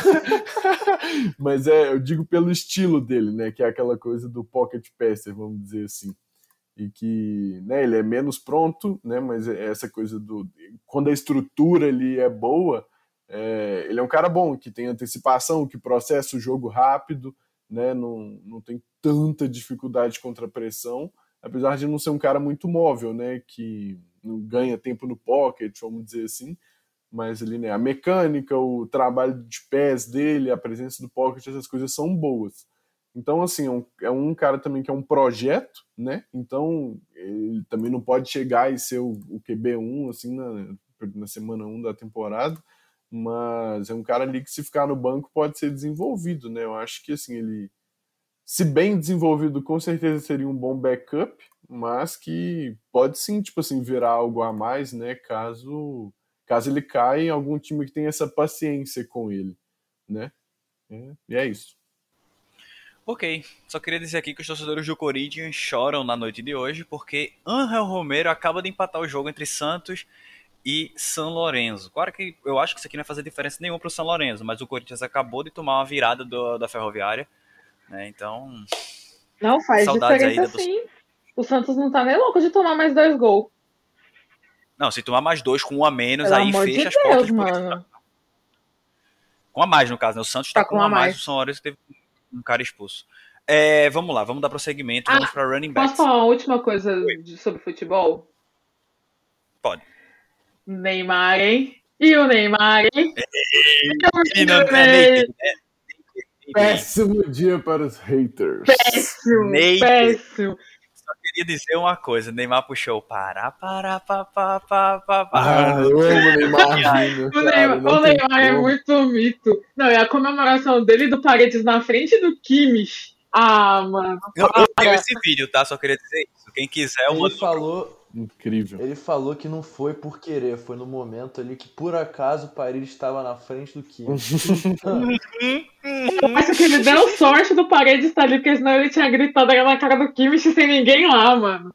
Mas eu digo pelo estilo dele, né? Que é aquela coisa do pocket passer, vamos dizer assim. E que, né, ele é menos pronto, né? Mas é essa coisa do... Quando a estrutura ali é boa, ele é um cara bom, que tem antecipação, que processa o jogo rápido, né? Não tem tanta dificuldade contra a pressão, apesar de não ser um cara muito móvel, né? Que não ganha tempo no pocket, vamos dizer assim, mas ele, né, a mecânica, o trabalho de pés dele, a presença do pocket, essas coisas são boas. Então, assim, é um cara também que é um projeto, né? Então, ele também não pode chegar e ser o QB1, assim, na semana 1 da temporada, mas é um cara ali que, se ficar no banco, pode ser desenvolvido, né? Eu acho que, assim, ele, se bem desenvolvido, com certeza seria um bom backup, mas que pode sim, tipo assim, virar algo a mais, né? Caso ele caia em algum time que tenha essa paciência com ele, né? E é isso. Ok, só queria dizer aqui que os torcedores do Corinthians choram na noite de hoje porque Ángel Romero acaba de empatar o jogo entre Santos e São Lourenço. Claro que eu acho que isso aqui não vai fazer diferença nenhuma para o São Lourenço, mas o Corinthians acabou de tomar uma virada da Ferroviária, né? Então, Não faz saudades aí diferença sim. O Santos não tá nem louco de tomar mais 2 gols. Não, se tomar mais 2 com 1 a menos, Pelo aí amor fecha de as portas. Deus, mano. Com a mais, no caso, né? O Santos tá com 1 a mais, o São Lourenço teve um cara expulso. Vamos lá, vamos dar prosseguimento, vamos para running backs. Posso falar uma última coisa sobre futebol? Pode. Neymar, hein? E o Neymar, hein? Péssimo dia para os haters. Péssimo. Só queria dizer uma coisa, Neymar puxou eu amo o Neymar. O Neymar é muito mito. Não, e a comemoração dele do Paredes na frente do Kimmich. Ah, mano. Eu tenho esse vídeo, tá? Só queria dizer isso. Quem quiser, eu mando. Incrível. Ele falou que não foi por querer, foi no momento ali que por acaso o Paredes estava na frente do Kimmich. Eu acho que ele deu sorte do Paredes estar ali, porque senão ele tinha gritado na cara do Kimmich sem ninguém lá, mano.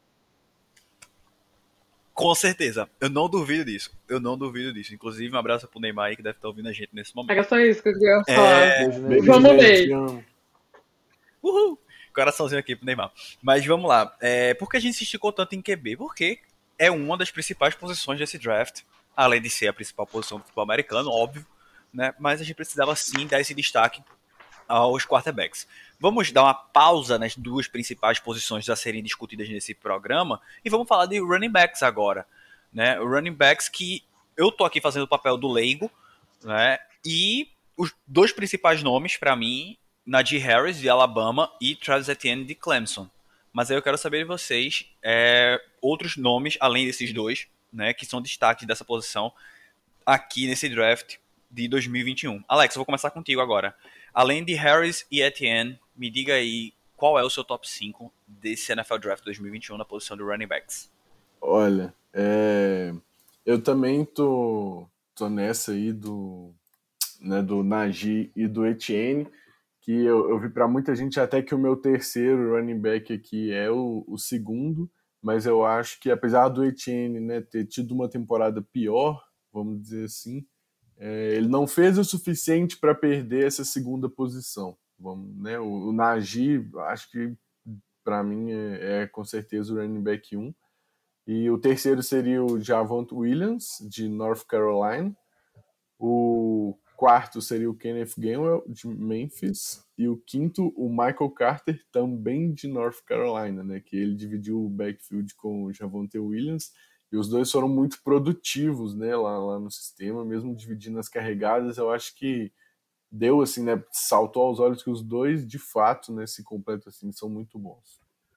Com certeza. Eu não duvido disso. Inclusive, um abraço pro Neymar aí que deve estar ouvindo a gente nesse momento. Era só isso que eu queria falar. Vamos ver. Uhul! Coraçãozinho aqui pro Neymar. Mas vamos lá. Por que a gente se esticou tanto em QB? Porque é uma das principais posições desse draft. Além de ser a principal posição do futebol americano, óbvio, né? Mas a gente precisava sim dar esse destaque aos quarterbacks. Vamos dar uma pausa nas duas principais posições a serem discutidas nesse programa e vamos falar de running backs agora, né? Running backs que eu tô aqui fazendo o papel do leigo, né? E os dois principais nomes para mim, Najee Harris de Alabama e Travis Etienne de Clemson. Mas aí eu quero saber de vocês outros nomes além desses dois, né? Que são destaques dessa posição aqui nesse draft de 2021. Alex, eu vou começar contigo agora. Além de Harris e Etienne, me diga aí qual é o seu top 5 desse NFL Draft 2021 na posição de running backs. Olha, eu também tô nessa aí do Najee e do Etienne, que eu vi para muita gente até que o meu terceiro running back aqui é o segundo, mas eu acho que apesar do Etienne, né, ter tido uma temporada pior, vamos dizer assim, ele não fez o suficiente para perder essa segunda posição. Né? O Najee, acho que para mim é com certeza o running back 1. E o terceiro seria o Javonte Williams, de North Carolina. O quarto seria o Kenneth Gainwell, de Memphis. E o quinto, o Michael Carter, também de North Carolina, né? Que ele dividiu o backfield com o Javonte Williams. E os dois foram muito produtivos, né, lá no sistema, mesmo dividindo as carregadas. Eu acho que deu, assim, né, saltou aos olhos que os dois, de fato, né, se completam, assim, são muito bons.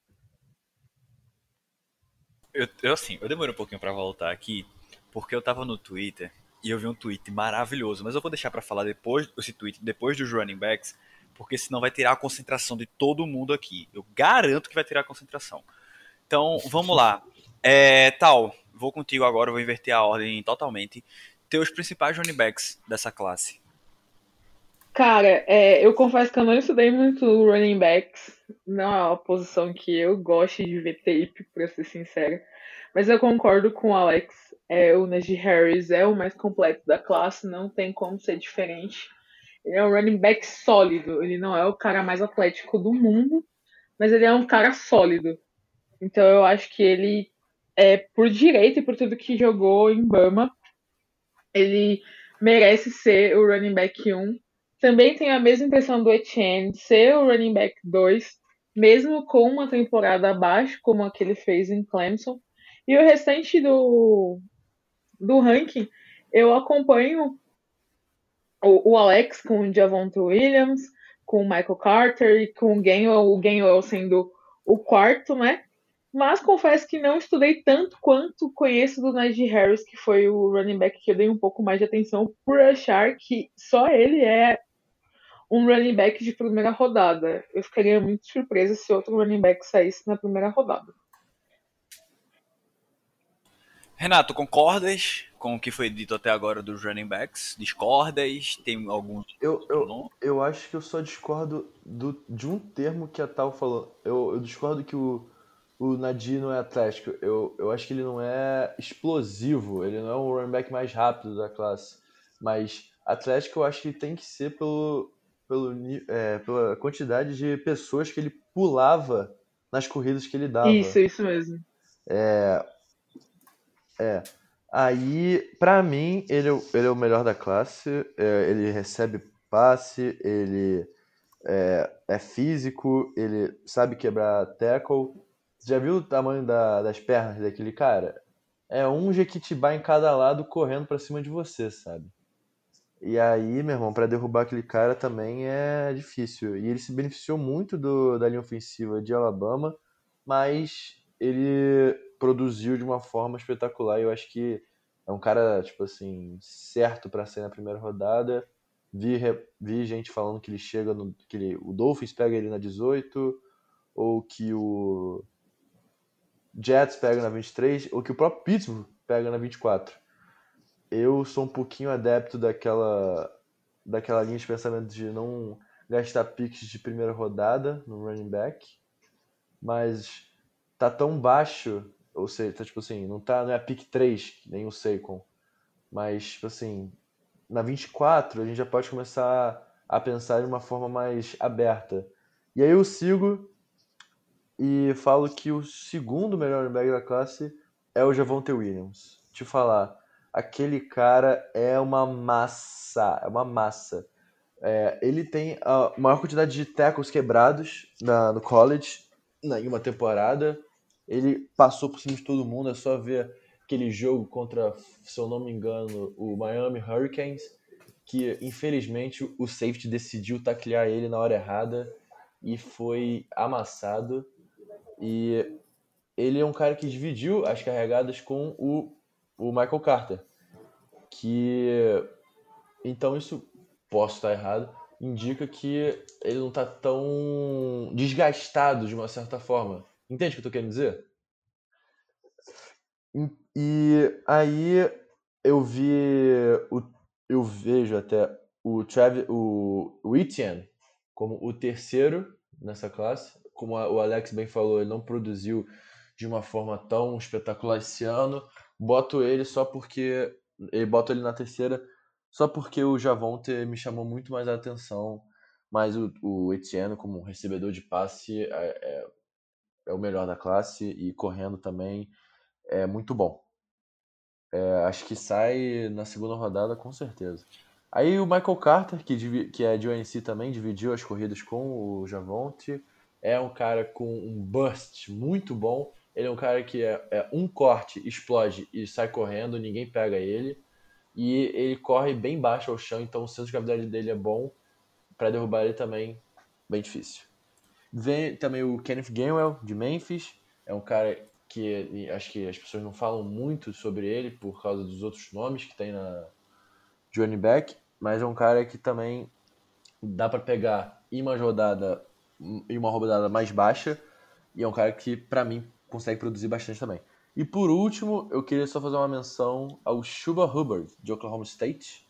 Eu demorei um pouquinho para voltar aqui, porque eu tava no Twitter e eu vi um tweet maravilhoso, mas eu vou deixar para falar depois esse tweet, depois dos running backs, porque senão vai tirar a concentração de todo mundo aqui. Eu garanto que vai tirar a concentração. Então, vamos lá. vou contigo agora, vou inverter a ordem totalmente. Teus principais running backs dessa classe. Cara, eu confesso que eu não estudei muito running backs. Não é uma posição que eu gosto de ver tape, pra ser sincera. Mas eu concordo com o Alex. O Najee Harris é o mais completo da classe, não tem como ser diferente. Ele é um running back sólido. Ele não é o cara mais atlético do mundo, mas ele é um cara sólido. Então eu acho que ele, por direito e por tudo que jogou em Bama, ele merece ser o running back 1. Também tenho a mesma impressão do Etienne de ser o running back 2, mesmo com uma temporada abaixo, como a que ele fez em Clemson. E o restante do ranking, eu acompanho o Alex com o Javonte Williams, com o Michael Carter e com o Gainwell sendo o quarto, né? Mas confesso que não estudei tanto quanto conheço do Najee Harris, que foi o running back que eu dei um pouco mais de atenção por achar que só ele é um running back de primeira rodada. Eu ficaria muito surpresa se outro running back saísse na primeira rodada. Renato, concordas com o que foi dito até agora dos running backs? Discordas? Tem algum... Eu acho que eu só discordo de um termo que a Tal falou. Eu discordo que o Najee não é atlético. Eu acho que ele não é explosivo. Ele não é o running back mais rápido da classe. Mas atlético eu acho que tem que ser pela quantidade de pessoas que ele pulava nas corridas que ele dava. Isso mesmo. Aí, pra mim, ele é o melhor da classe. Ele recebe passe, ele é físico, ele sabe quebrar tackle. Você já viu o tamanho das pernas daquele cara? É um Jequitibá em cada lado correndo pra cima de você, sabe? E aí, meu irmão, pra derrubar aquele cara também é difícil. E ele se beneficiou muito da linha ofensiva de Alabama, mas ele produziu de uma forma espetacular. E eu acho que é um cara, tipo assim, certo pra sair na primeira rodada. Vi gente falando que ele chega o Dolphins pega ele na 18, ou que o Jets pega na 23, ou que o próprio Pittsburgh pega na 24. Eu sou um pouquinho adepto daquela linha de pensamento de não gastar picks de primeira rodada no running back, mas tá tão baixo, ou seja, tá tipo assim, não é pick 3, nem o Saquon, mas tipo assim, na 24 a gente já pode começar a pensar de uma forma mais aberta. E aí eu sigo e falo que o segundo melhor running back da classe é o Javonte Williams. Te falar, aquele cara é uma massa, ele tem a maior quantidade de tackles quebrados no college, em uma temporada. Ele passou por cima de todo mundo, é só ver aquele jogo contra, se eu não me engano, o Miami Hurricanes, que infelizmente o safety decidiu taclear ele na hora errada e foi amassado. E ele é um cara que dividiu as carregadas com o Michael Carter, que então isso, posso estar errado, indica que ele não está tão desgastado de uma certa forma. Entende o que eu tô querendo dizer? E aí eu vejo até o Etienne como o terceiro nessa classe. Como o Alex bem falou, ele não produziu de uma forma tão espetacular esse ano. Boto ele na terceira só porque o Javonte me chamou muito mais a atenção. Mas o Etienne, como recebedor de passe, é o melhor da classe e correndo também é muito bom. Acho que sai na segunda rodada com certeza. Aí o Michael Carter, que é de UNC também, dividiu as corridas com o Javonte. É um cara com um burst muito bom. Ele é um cara que é um corte, explode e sai correndo, ninguém pega ele. E ele corre bem baixo ao chão, então o centro de gravidade dele é bom. Para derrubar ele também, bem difícil. Vem também o Kenneth Gainwell, de Memphis. É um cara que acho que as pessoas não falam muito sobre ele por causa dos outros nomes que tem na running back, mas é um cara que também dá para pegar em uma rodada mais baixa, e é um cara que, para mim, consegue produzir bastante também. E por último, eu queria só fazer uma menção ao Chuba Hubbard, de Oklahoma State.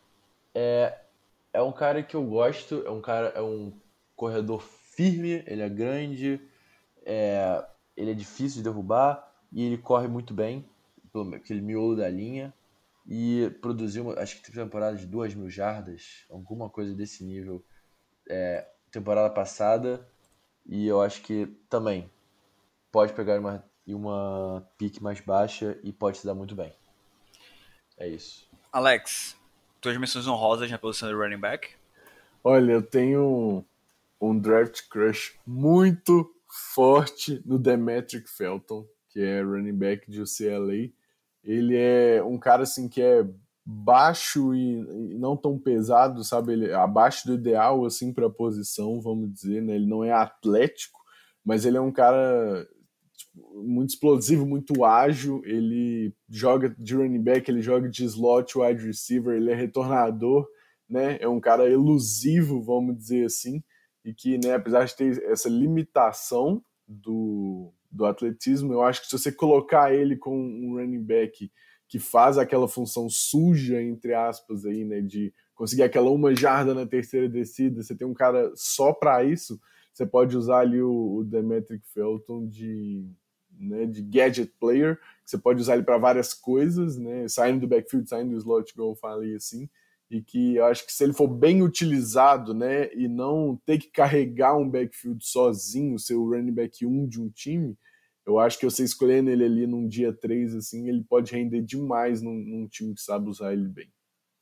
É um cara que eu gosto, é um corredor firme, ele é grande, ele é difícil de derrubar e ele corre muito bem, pelo aquele miolo da linha. E produziu, acho que teve temporada de 2.000 jardas, alguma coisa desse nível, temporada passada. E eu acho que também pode pegar uma pique mais baixa e pode se dar muito bem. É isso. Alex, tuas menções honrosas na posição de running back? Olha, eu tenho um draft crush muito forte no Demetric Felton, que é running back de UCLA. Ele é um cara assim que é baixo e não tão pesado, sabe? Ele é abaixo do ideal assim para a posição, vamos dizer, né? Ele não é atlético, mas ele é um cara tipo, muito explosivo, muito ágil. Ele joga de running back, ele joga de slot, wide receiver, ele é retornador, né? É um cara elusivo, vamos dizer assim, e que, né, apesar de ter essa limitação do atletismo, eu acho que se você colocar ele com um running back que faz aquela função suja, entre aspas, aí, né, de conseguir aquela 1 jarda na terceira descida, você tem um cara só para isso, você pode usar ali o Demetric Felton né, de gadget player, que você pode usar ele para várias coisas, né, saindo do backfield, saindo do slot, como eu falei assim, e que eu acho que se ele for bem utilizado, né, e não ter que carregar um backfield sozinho, ser o running back 1 de um time, eu acho que você escolhendo ele ali num dia 3, assim, ele pode render demais num time que sabe usar ele bem.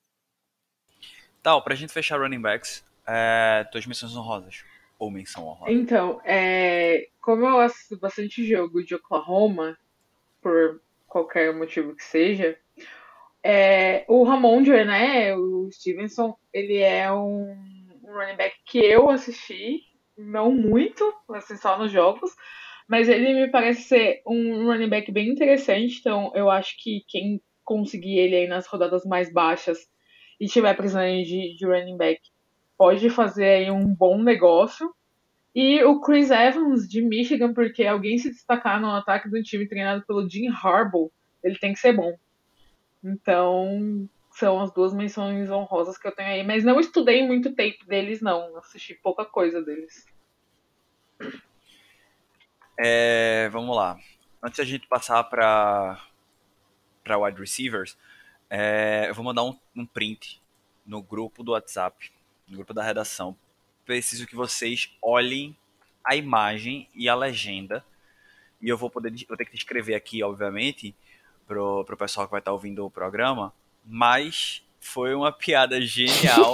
Tá, pra gente fechar running backs, tuas menções honrosas. Ou menção honrosa. Então, como eu assisto bastante jogo de Oklahoma, por qualquer motivo que seja, o Ramondre, né, o Stevenson, ele é um running back que eu assisti, não muito, assim, só nos jogos, mas ele me parece ser um running back bem interessante, então eu acho que quem conseguir ele aí nas rodadas mais baixas e tiver precisando de running back pode fazer aí um bom negócio. E o Chris Evans de Michigan, porque alguém se destacar no ataque do time treinado pelo Jim Harbaugh, ele tem que ser bom. Então, são as duas menções honrosas que eu tenho aí. Mas não estudei muito tape deles, não. Assisti pouca coisa deles. Vamos lá. Antes da gente passar para wide receivers, eu vou mandar um print no grupo do WhatsApp, no grupo da redação. Preciso que vocês olhem a imagem e a legenda. E eu vou ter que escrever aqui, obviamente, pro pessoal que vai estar ouvindo o programa. Mas foi uma piada genial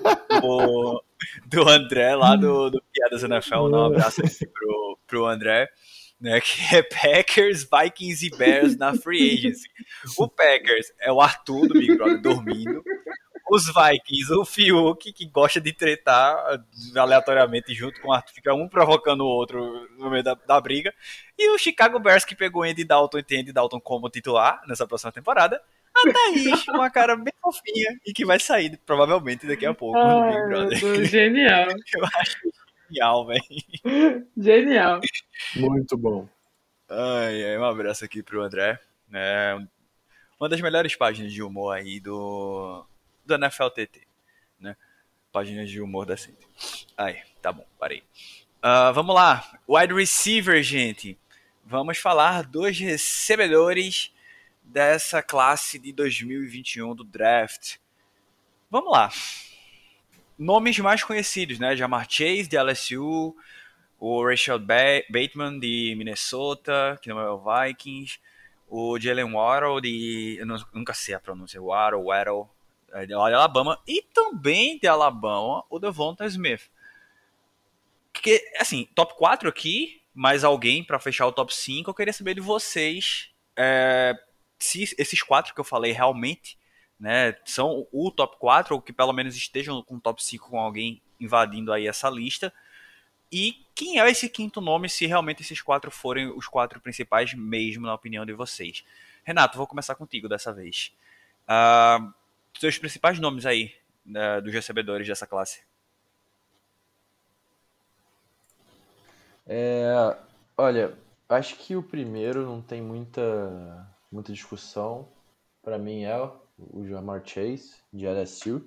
do André, lá do Piadas NFL. Dá um abraço aqui pro André. Né, que é Packers, Vikings e Bears na Free Agency. O Packers é o Arthur do Big Brother dormindo. Os Vikings, o Fiuk, que gosta de tretar aleatoriamente junto com o Arthur, fica um provocando o outro no meio da briga. E o Chicago Bears, que pegou Andy Dalton e tem Andy Dalton como titular nessa próxima temporada. A Thaís, uma cara bem fofinha e que vai sair provavelmente daqui a pouco no Big Brother. Deus, genial. Eu acho genial, velho. Genial. Muito bom. Um abraço aqui pro André. Uma das melhores páginas de humor aí do NFL TT, né? Páginas de humor decente. Tá bom, parei. Vamos lá. Wide receiver, gente. Vamos falar dos recebedores dessa classe de 2021 do draft. Vamos lá. Nomes mais conhecidos, né? Ja'Marr Chase, de LSU. O Rashad Bateman, de Minnesota, que não é o Vikings. O Jalen Waddle, eu nunca sei a pronúncia. Waddle, de Alabama. E também de Alabama, o Devonta Smith. Que, assim, top 4 aqui, mais alguém para fechar o top 5. Eu queria saber de vocês se esses 4 que eu falei realmente, né, são o top 4, ou que pelo menos estejam com o top 5 com alguém invadindo aí essa lista. E quem é esse quinto nome, se realmente esses 4 forem os 4 principais mesmo, na opinião de vocês? Renato, vou começar contigo dessa vez. Seus principais nomes aí, dos recebedores dessa classe. Olha, Acho que o primeiro não tem muita discussão. Para mim é o Jamar Chase, de LSU.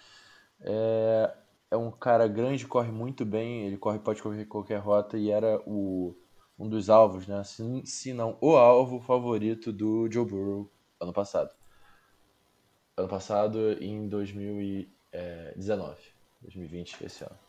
É um cara grande, corre muito bem, ele pode correr qualquer rota e era um dos alvos, né? Se não o alvo favorito do Joe Burrow ano passado. Ano passado em 2019, 2020, esse ano.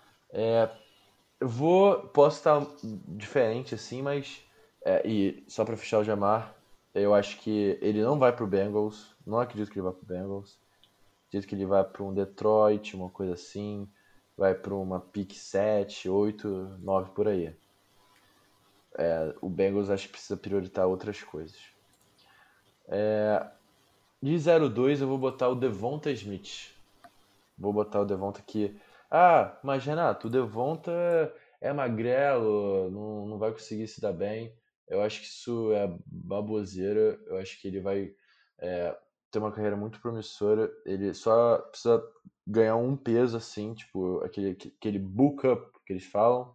Posso estar diferente assim, mas e só para fechar o Jamar, eu acho que ele não vai pro Bengals, não acredito que ele vá pro Bengals. Acredito que ele vai para um Detroit, uma coisa assim, vai para uma pick 7, 8, 9 por aí. O Bengals acho que precisa prioritar outras coisas. De 0-2 eu vou botar o Devonta Smith. Vou botar o Devonta aqui. Ah, mas Renato, o Devonta é magrelo, não vai conseguir se dar bem. Eu acho que isso é baboseira. Eu acho que ele vai ter uma carreira muito promissora. Ele só precisa ganhar um peso assim, tipo aquele book up que eles falam.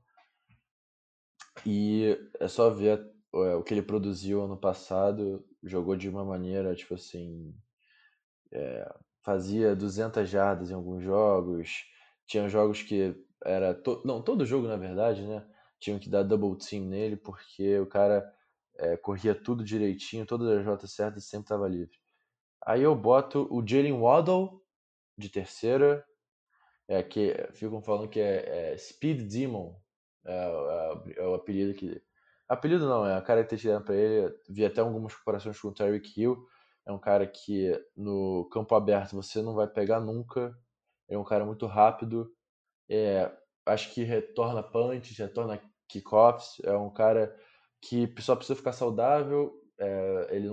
E é só ver o que ele produziu ano passado. Jogou de uma maneira, tipo assim, fazia 200 jardas em alguns jogos. Tinha jogos que era. Não, todo jogo na verdade, né? Tinham que dar double team nele porque o cara corria tudo direitinho, todas as rotas certas e sempre estava livre. Aí eu boto o Jalen Waddle de terceira, que ficam falando que é Speed Demon, é o apelido que. Apelido não, é a característica pra ele. Vi até algumas comparações com o Tyreek Hill. É um cara que no campo aberto você não vai pegar nunca. É um cara muito rápido. Acho que retorna punch, retorna kickoffs. É um cara que só precisa ficar saudável. Ele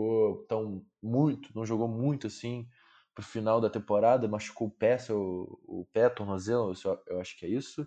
não jogou muito assim pro final da temporada, machucou o pé, o pé, tornozelo, eu acho que é isso.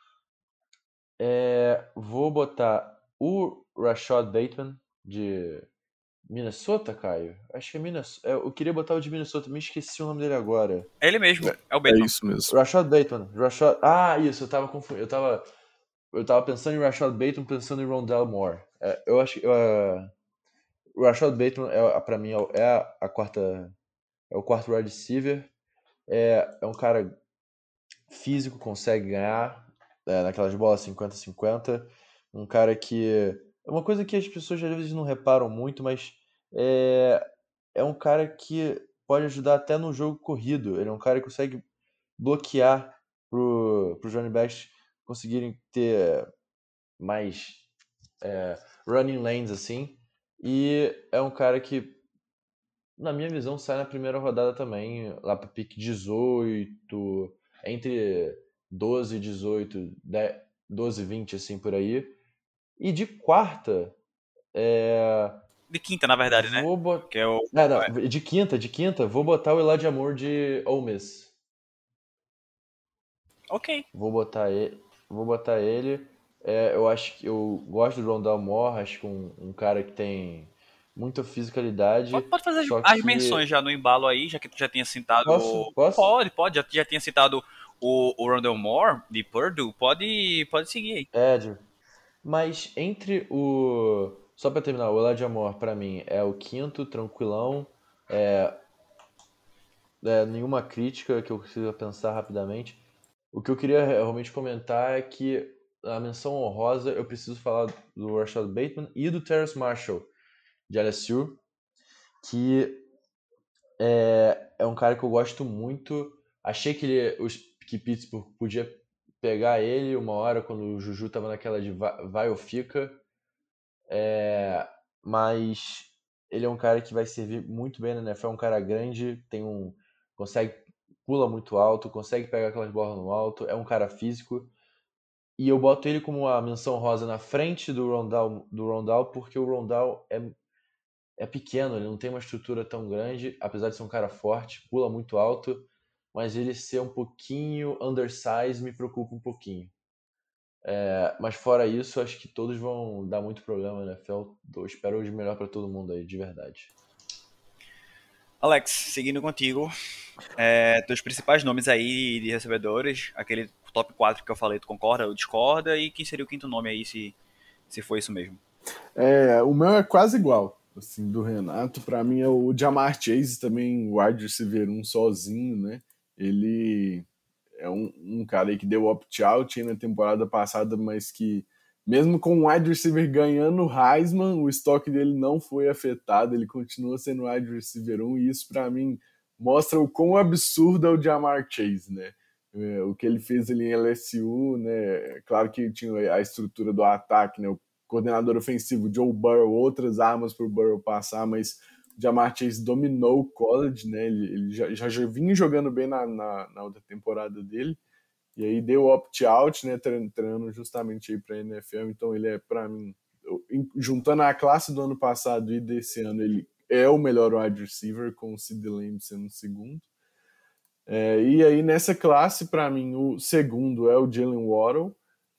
Vou botar o Rashad Bateman de Minnesota, Caio. Acho que é Minnesota. Eu queria botar o de Minnesota, me esqueci o nome dele agora. É ele mesmo, é o É Bateman. isso mesmo. Rashad Bateman. Isso, eu tava confundindo. Eu tava pensando em Rashad Bateman, pensando em Rondell Moore. Eu acho que o Rashad Bateman, pra mim, é o quarto wide receiver. É um cara físico, consegue ganhar naquelas bolas 50-50. Um cara que. É uma coisa que as pessoas às vezes não reparam muito, mas é um cara que pode ajudar até no jogo corrido. Ele é um cara que consegue bloquear pro Johnny Best conseguirem ter mais running lanes assim. E é um cara que, na minha visão, sai na primeira rodada também, lá para pick 18, entre 12 e 18, 12 e 20, assim por aí. E de quarta, De quinta, na verdade, né? vou botar. Que é o. Não, de quinta, vou botar o Elijah Moore de Ole Miss. Ok. Vou botar ele. Vou botar ele. Eu acho que eu gosto do Rondell Moore, acho que um cara que tem muita fisicalidade, Pode fazer só as que. menções já no embalo aí, já que tu já tinha citado. Posso? Posso? Pode, já tinha citado o Rondell Moore de Purdue. Pode seguir aí. Ed. Mas entre o. Só pra terminar, o Elijah Moore, pra mim, é o quinto, tranquilão. Nenhuma crítica que eu consiga pensar rapidamente. O que eu queria realmente comentar é que a menção honrosa eu preciso falar do Rashad Bateman e do Terrace Marshall de LSU, que é um cara que eu gosto muito. Achei que Pittsburgh podia pegar ele uma hora quando o Juju tava naquela de vai ou fica. Mas ele é um cara que vai servir muito bem na NFL. É um cara grande, consegue pula muito alto, consegue pegar aquelas bolas no alto, é um cara físico. E eu boto ele como uma menção rosa na frente do Rondell porque o Rondell é pequeno, ele não tem uma estrutura tão grande, apesar de ser um cara forte, pula muito alto, mas ele ser um pouquinho undersized me preocupa um pouquinho. Mas fora isso, acho que todos vão dar muito problema na NFL. Eu espero o de melhor para todo mundo aí, de verdade. Alex, seguindo contigo, teus principais nomes aí de recebedores, aquele top 4 que eu falei, tu concorda ou discorda? E quem seria o quinto nome aí, se se foi isso mesmo. O meu é quase igual, assim, do Renato. Para mim é o Ja'Marr Chase também, o wide receiver 1 sozinho, né? Ele é um cara aí que deu opt-out na temporada passada, mas que mesmo com o wide receiver ganhando o Heisman, o estoque dele não foi afetado, ele continua sendo wide receiver 1, e isso para mim mostra o quão absurdo é o Ja'Marr Chase, né? O que ele fez ali em LSU, né? Claro que tinha a estrutura do ataque, né? O coordenador ofensivo Joe Burrow, outras armas para o Burrow passar, mas o Ja'Marr Chase dominou o college, né? Ele já vinha jogando bem na outra temporada dele, e aí deu opt-out, né? Treinando justamente aí para a NFL. Então ele é, para mim, juntando a classe do ano passado e desse ano, ele é o melhor wide receiver, com o CeeDee Lamb sendo o segundo. E aí nessa classe, para mim, o segundo é o Jalen Waddle.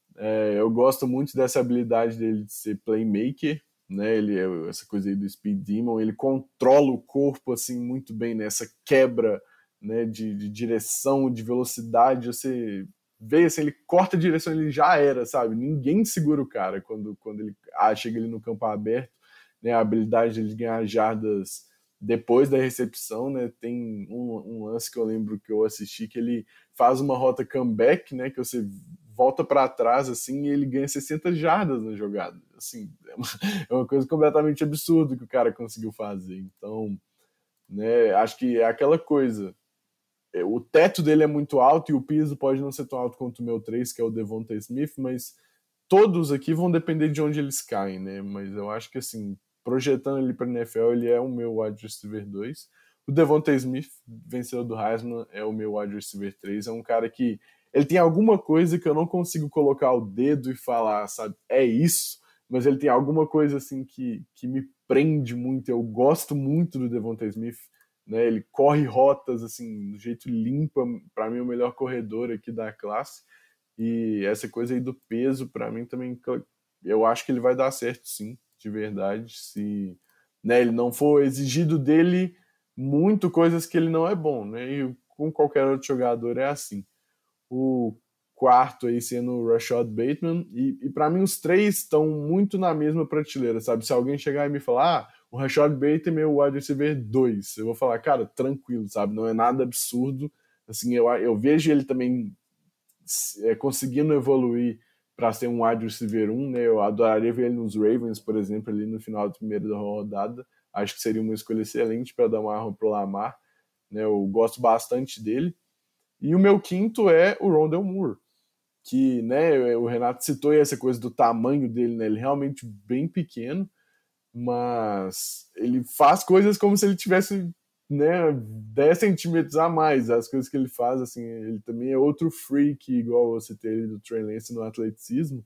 Eu gosto muito dessa habilidade dele de ser playmaker, né? Ele é essa coisa aí do Speed Demon, ele controla o corpo assim muito bem nessa quebra, né, de direção, de velocidade. Você vê assim, ele corta a direção, ele já era, sabe? Ninguém segura o cara quando ele chega ali no campo aberto, né? A habilidade dele de ganhar jardas depois da recepção, né? Tem um lance que eu lembro que eu assisti, que ele faz uma rota comeback, né? Que você volta para trás assim e ele ganha 60 jardas na jogada. Assim, é uma coisa completamente absurda que o cara conseguiu fazer. Então, né, acho que é aquela coisa. O teto dele é muito alto e o piso pode não ser tão alto quanto o meu 3, que é o Devonta Smith, mas todos aqui vão depender de onde eles caem, né? Mas eu acho que, assim, projetando ele para a NFL, ele é o meu wide receiver 2. O Devonta Smith, vencedor do Heisman, é o meu wide receiver 3. É um cara que ele tem alguma coisa que eu não consigo colocar o dedo e falar, sabe, é isso, mas ele tem alguma coisa assim que me prende muito. Eu gosto muito do Devonta Smith, né? Ele corre rotas assim, do jeito limpo, para mim é o melhor corredor aqui da classe. E essa coisa aí do peso, para mim também, eu acho que ele vai dar certo sim, de verdade, se, né, ele não for exigido dele muito coisas que ele não é bom, né? E com qualquer outro jogador é assim. O quarto aí sendo o Rashad Bateman, e para mim os três estão muito na mesma prateleira, sabe? Se alguém chegar e me falar, o Rashad Bateman é o wide receiver 2, eu vou falar, cara, tranquilo, sabe? Não é nada absurdo, assim, eu vejo ele também conseguindo evoluir para ser um wide receiver 1, né? Eu adoraria ver ele nos Ravens, por exemplo, ali no final da primeira rodada. Acho que seria uma escolha excelente para dar uma arma pro Lamar, né? Eu gosto bastante dele. E o meu quinto é o Rondale Moore, que, né, o Renato citou aí essa coisa do tamanho dele, né? Ele é realmente bem pequeno, mas ele faz coisas como se ele tivesse, né, 10 centímetros a mais. As coisas que ele faz, assim, ele também é outro freak, igual você teve do Trey Lance no atleticismo,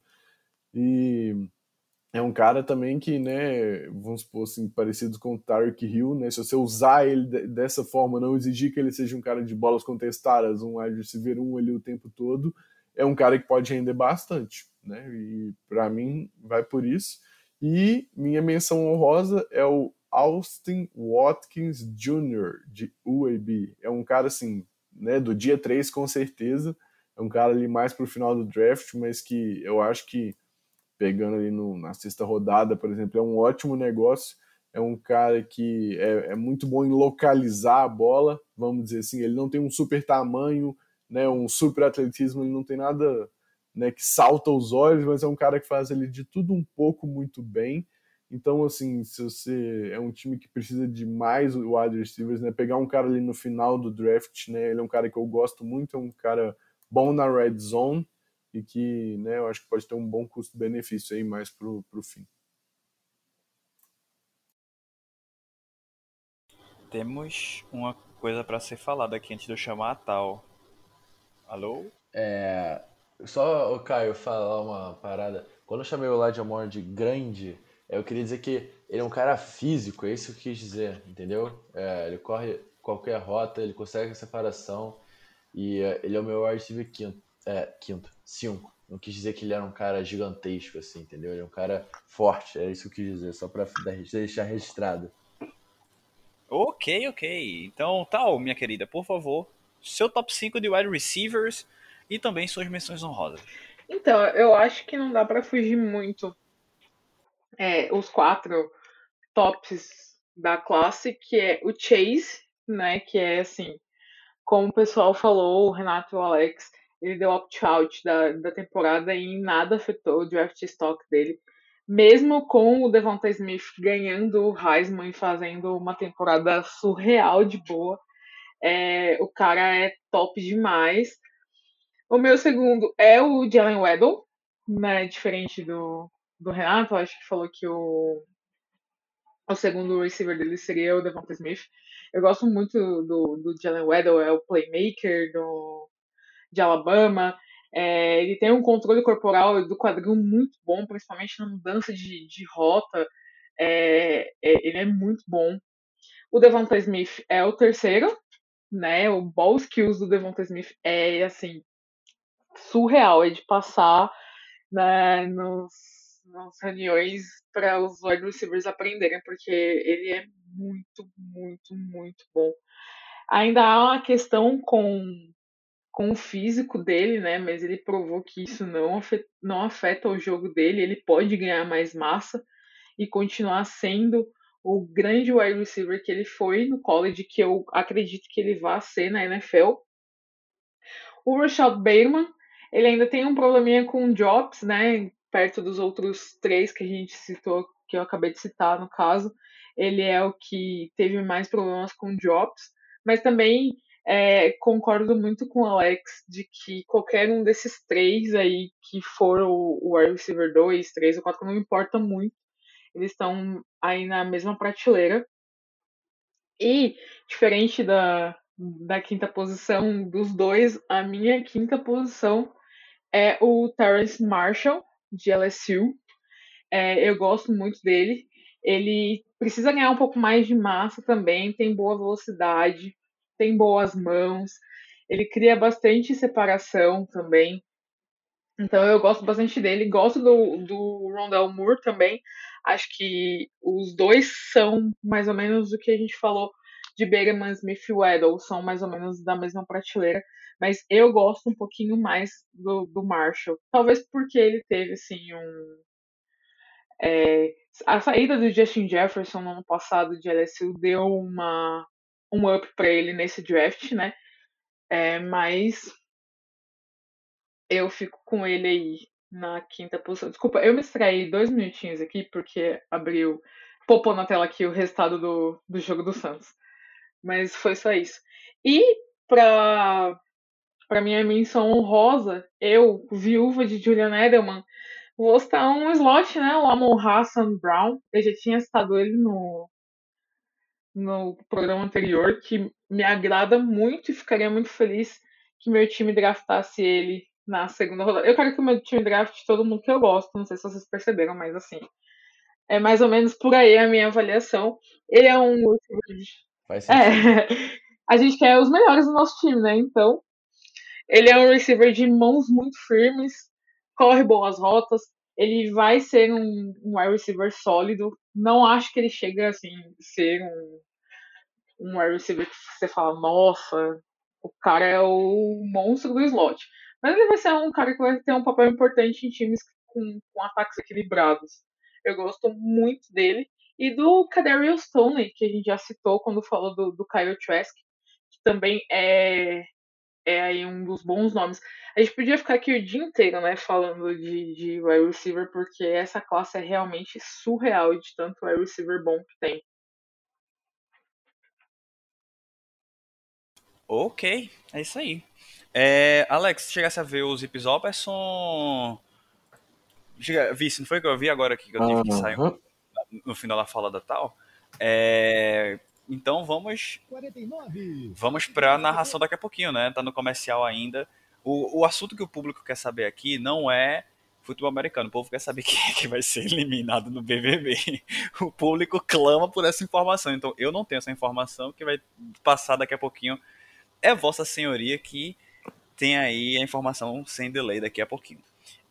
e é um cara também que, né, vamos supor assim, parecido com o Tyreek Hill, né, se você usar ele dessa forma, não exigir que ele seja um cara de bolas contestadas, um wide receiver 1 ali o tempo todo, é um cara que pode render bastante, né, e para mim vai por isso. E minha menção honrosa é o Austin Watkins Jr., de UAB. É um cara, assim, né, do dia 3, com certeza. É um cara ali mais pro final do draft, mas que eu acho que, pegando ali na sexta rodada, por exemplo, é um ótimo negócio. É um cara que é muito bom em localizar a bola, vamos dizer assim. Ele não tem um super tamanho, né, um super atletismo, ele não tem nada, né, que salta aos olhos, mas é um cara que faz ali de tudo um pouco muito bem. Então, assim, se você é um time que precisa de mais wide receivers, né, pegar um cara ali no final do draft, né, ele é um cara que eu gosto muito, é um cara bom na red zone e que, né, eu acho que pode ter um bom custo-benefício aí mais pro fim. Temos uma coisa para ser falada aqui antes de eu chamar a tal. Alô? Só, Caio, falar uma parada. Quando eu chamei o Elijah Moore de grande, eu queria dizer que ele é um cara físico, é isso que eu quis dizer, entendeu? Ele corre qualquer rota, ele consegue a separação e ele é o meu wide receiver quinto, 5. Não quis dizer que ele era um cara gigantesco, assim, entendeu? Ele é um cara forte, é isso que eu quis dizer, só pra deixar registrado. Ok. Então, tal, minha querida, por favor, seu top 5 de wide receivers e também suas menções honrosas. Então, eu acho que não dá pra fugir muito os 4 tops da classe, que é o Chase, né? Que é assim, como o pessoal falou, o Renato e o Alex, ele deu opt-out da temporada e em nada afetou o draft stock dele. Mesmo com o Devonta Smith ganhando o Heisman e fazendo uma temporada surreal de boa, o cara é top demais. O meu segundo é o Jalen Waddle, né? Diferente do Renato, acho que falou que o segundo receiver dele seria o Devonta Smith. Eu gosto muito do Jalen Waddle, é o playmaker de Alabama. Ele tem um controle corporal do quadril muito bom, principalmente na mudança de rota. Ele é muito bom. O Devonta Smith é o terceiro, né? O ball skills do Devonta Smith é assim surreal, é de passar, né, nas reuniões para os wide receivers aprenderem, porque ele é muito, muito, muito bom. Ainda há uma questão com o físico dele, né? Mas ele provou que isso não afeta o jogo dele. Ele pode ganhar mais massa e continuar sendo o grande wide receiver que ele foi no college, que eu acredito que ele vá ser na NFL. O Rashad Bateman, ele ainda tem um probleminha com drops, né? Perto dos outros 3 que a gente citou, que eu acabei de citar no caso. Ele é o que teve mais problemas com drops, mas também concordo muito com o Alex de que qualquer um desses 3 aí que for o wide receiver 2, 3 ou 4, não importa muito. Eles estão aí na mesma prateleira. E, diferente da quinta posição dos dois, a minha quinta posição é o Terrence Marshall, de LSU. Eu gosto muito dele. Ele precisa ganhar um pouco mais de massa também, tem boa velocidade, tem boas mãos, ele cria bastante separação também. Então eu gosto bastante dele. Gosto do Rondell Moore também. Acho que os dois são mais ou menos o que a gente falou de Bateman, Smith e Weddle. São mais ou menos da mesma prateleira. Mas eu gosto um pouquinho mais do Marshall. Talvez porque ele teve, assim, a saída do Justin Jefferson no ano passado de LSU deu um up para ele nesse draft, né? Mas eu fico com ele aí na quinta posição. Desculpa, eu me distraí 2 minutinhos aqui porque abriu, popou na tela aqui o resultado do jogo do Santos. Mas foi só isso. E pra minha menção honrosa, eu, viúva de Julian Edelman, vou citar um slot, né? O Amon-Ra St. Brown. Eu já tinha citado ele no programa anterior, que me agrada muito e ficaria muito feliz que meu time draftasse ele na segunda rodada. Eu quero que o meu time drafte todo mundo que eu gosto, não sei se vocês perceberam, mas assim, é mais ou menos por aí a minha avaliação. Ele é um. Faz sentido. A gente quer os melhores do nosso time, né? Então, ele é um receiver de mãos muito firmes, corre boas rotas, ele vai ser um wide receiver sólido. Não acho que ele chega assim ser um wide receiver que você fala, nossa, o cara é o monstro do slot. Mas ele vai ser um cara que vai ter um papel importante em times com ataques equilibrados. Eu gosto muito dele. E do Kadarius Toney, que a gente já citou quando falou do Kyle Trask, que também é aí um dos bons nomes. A gente podia ficar aqui o dia inteiro, né, falando de wide receiver, porque essa classe é realmente surreal de tanto wide receiver bom que tem. Ok, é isso aí. Alex, se chegasse a ver os Zips Robertson. Vi, não foi que eu vi agora aqui que eu tive que sair no final da fala da tal? Então vamos para a narração daqui a pouquinho, né? Tá no comercial ainda. O assunto que o público quer saber aqui não é futebol americano. O povo quer saber quem é que vai ser eliminado no BBB. O público clama por essa informação. Então eu não tenho essa informação que vai passar daqui a pouquinho. É Vossa Senhoria que tem aí a informação sem delay daqui a pouquinho.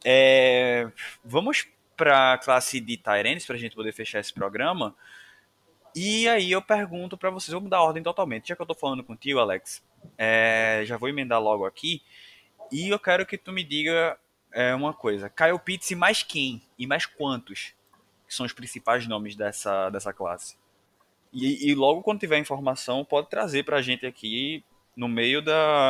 Vamos para a classe de Tyrants para a gente poder fechar esse programa. E aí eu pergunto para vocês, vou mudar a ordem totalmente. Já que eu tô falando contigo, Alex, já vou emendar logo aqui. E eu quero que tu me diga uma coisa. Kyle Pitts e mais quem? E mais quantos? que são os principais nomes dessa classe. E logo quando tiver informação, pode trazer pra gente aqui no meio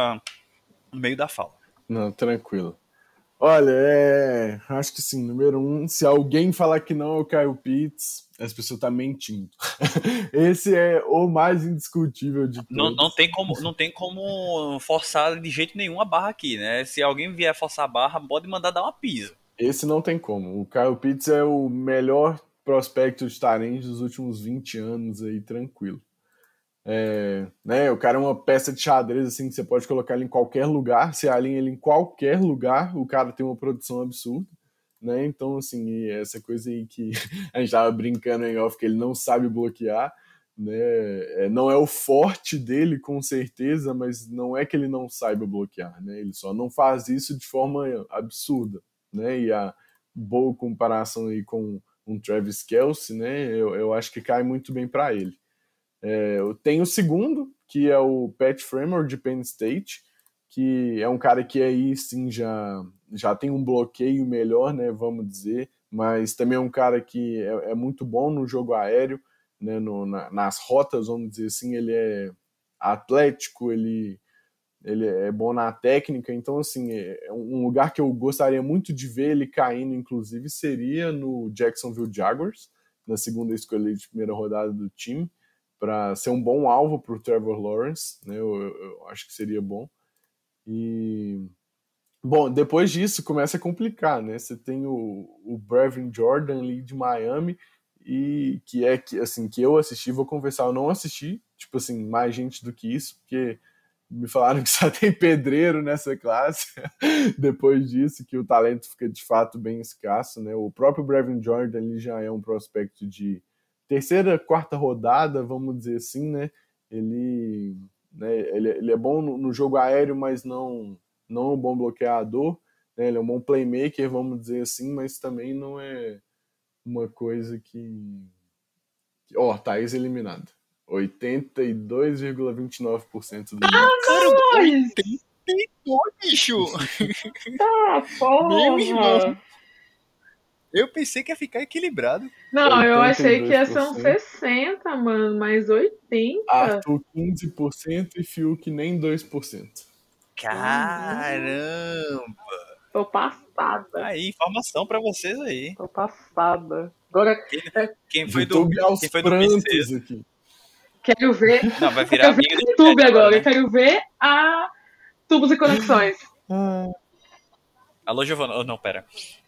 da fala. Não, tranquilo. Olha, acho que sim, número 1, se alguém falar que não é o Kyle Pitts, essa pessoa tá mentindo. Esse é o mais indiscutível de todos. Não tem como forçar de jeito nenhum a barra aqui, né? Se alguém vier forçar a barra, pode mandar dar uma pisa. Esse não tem como. O Kyle Pitts é o melhor prospecto de tight end dos últimos 20 anos aí, tranquilo. Né, o cara é uma peça de xadrez assim que você pode colocar ele em qualquer lugar, você alinha ele em qualquer lugar, o cara tem uma produção absurda, né? Então, assim, essa coisa aí que a gente tava brincando em off, que ele não sabe bloquear, né? Não é o forte dele, com certeza, mas não é que ele não saiba bloquear, né? Ele só não faz isso de forma absurda, né? E a boa comparação aí com um Travis Kelce, né? Eu acho que cai muito bem para ele. Eu tenho o segundo, que é o Pat Framer, de Penn State, que é um cara que aí sim já tem um bloqueio melhor, né, vamos dizer, mas também é um cara que é muito bom no jogo aéreo, né, nas rotas, vamos dizer assim, ele é atlético, ele é bom na técnica, então assim, um lugar que eu gostaria muito de ver ele caindo, inclusive, seria no Jacksonville Jaguars, na segunda escolha de primeira rodada do time, para ser um bom alvo para o Trevor Lawrence, né? Eu acho que seria bom. E bom, depois disso começa a complicar, né? Você tem o Brevin Jordan ali de Miami, e que assim, que eu assisti, vou confessar, eu não assisti, tipo assim, mais gente do que isso, porque me falaram que só tem pedreiro nessa classe. Depois disso, que o talento fica de fato bem escasso, né? O próprio Brevin Jordan ali já é um prospecto de terceira, quarta rodada, vamos dizer assim, né? Ele é bom no jogo aéreo, mas não é um bom bloqueador, né? Ele é um bom playmaker, vamos dizer assim, mas também não é uma coisa que... Ó, Thaís eliminado. 82,29% do voto. Caramba, Nós! 82, bicho! Ah, Meu irmão! porra! Eu pensei que ia ficar equilibrado. Não, eu achei que ia ser uns 82%. 60, mano, mas 80? Arthur 15% e Fiuk nem 2%. Caramba! Tô passada. Aí, informação pra vocês aí. Tô passada. Agora, Quem foi YouTube aos quem foi do prantos Pincel? aqui. quero ver. Não, vai virar Quero ver amigo no do YouTube chat agora. né? Quero ver a Tubos e Conexões. Alô, Giovana. Oh, não, pera.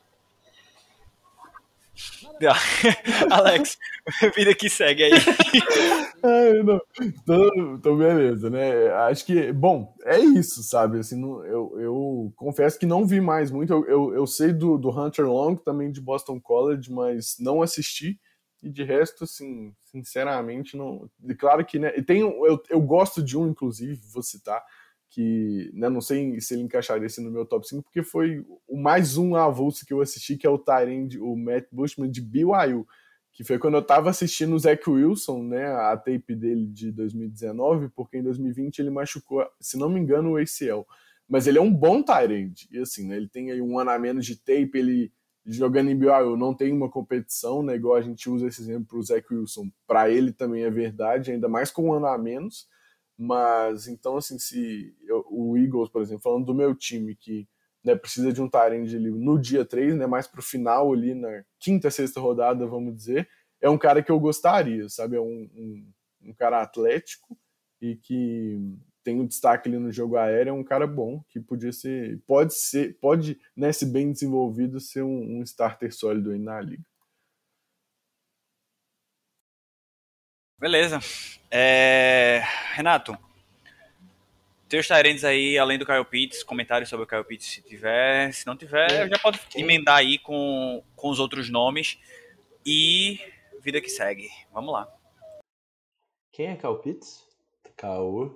Alex, vida que segue aí. Não. Então, beleza, né? Acho que, bom, é isso, sabe? Assim, eu confesso que não vi mais muito. Eu sei do Hunter Long, também de Boston College, mas não assisti. E de resto, assim, sinceramente, não. Claro que, né? Eu gosto de um, inclusive, vou citar, que, né, não sei se ele encaixaria assim no meu top 5, porque foi o mais um avulso que eu assisti, que é o Tyrande, o Matt Bushman de BYU, que foi quando eu tava assistindo o Zach Wilson, né, a tape dele de 2019, porque em 2020 ele machucou, se não me engano, o ACL. Mas ele é um bom Tyrande, e assim, né, ele tem aí um ano a menos de tape, ele jogando em BYU não tem uma competição, né, igual a gente usa esse exemplo pro Zach Wilson, para ele também é verdade, ainda mais com um ano a menos. Mas, então, assim, o Eagles, por exemplo, falando do meu time, que, né, precisa de um tight end ali no dia 3, né, mais pro final ali, na quinta, sexta rodada, vamos dizer, é um cara que eu gostaria, sabe? É um cara atlético e que tem um destaque ali no jogo aéreo, é um cara bom, que pode, né, se bem desenvolvido, ser um starter sólido aí na liga. Beleza. Renato, teus Tyrands aí, além do Kyle Pitts, comentários sobre o Kyle Pitts se tiver. Se não tiver, já pode emendar aí com os outros nomes. E vida que segue. Vamos lá. Quem é Kyle Pitts? Caô.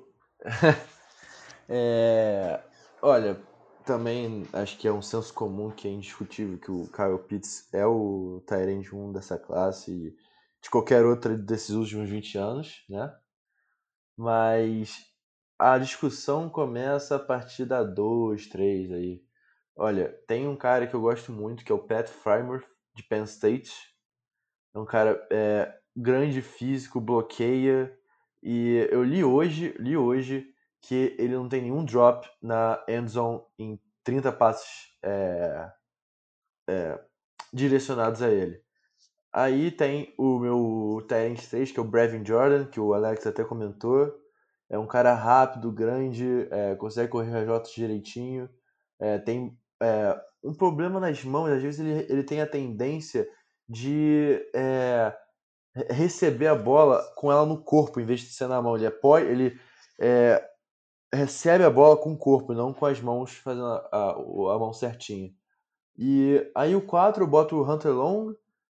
Olha, também acho que é um senso comum que é indiscutível que o Kyle Pitts é o Tyrande 1 dessa classe e de qualquer outra desses últimos 20 anos, né? Mas a discussão começa a partir da 2, 3 aí. Olha, tem um cara que eu gosto muito que é o Pat Frymouth de Penn State, É um cara grande, físico, bloqueia. E eu li hoje que ele não tem nenhum drop na end zone em 30 passes direcionados a ele. Aí tem o meu Tyrant 3, que é o Brevin Jordan, que o Alex até comentou. É um cara rápido, grande, consegue correr as rotas direitinho. Tem um problema nas mãos, às vezes ele tem a tendência de receber a bola com ela no corpo, em vez de ser na mão. Ele recebe a bola com o corpo, não com as mãos fazendo a mão certinha. E aí o 4 eu boto o Hunter Long,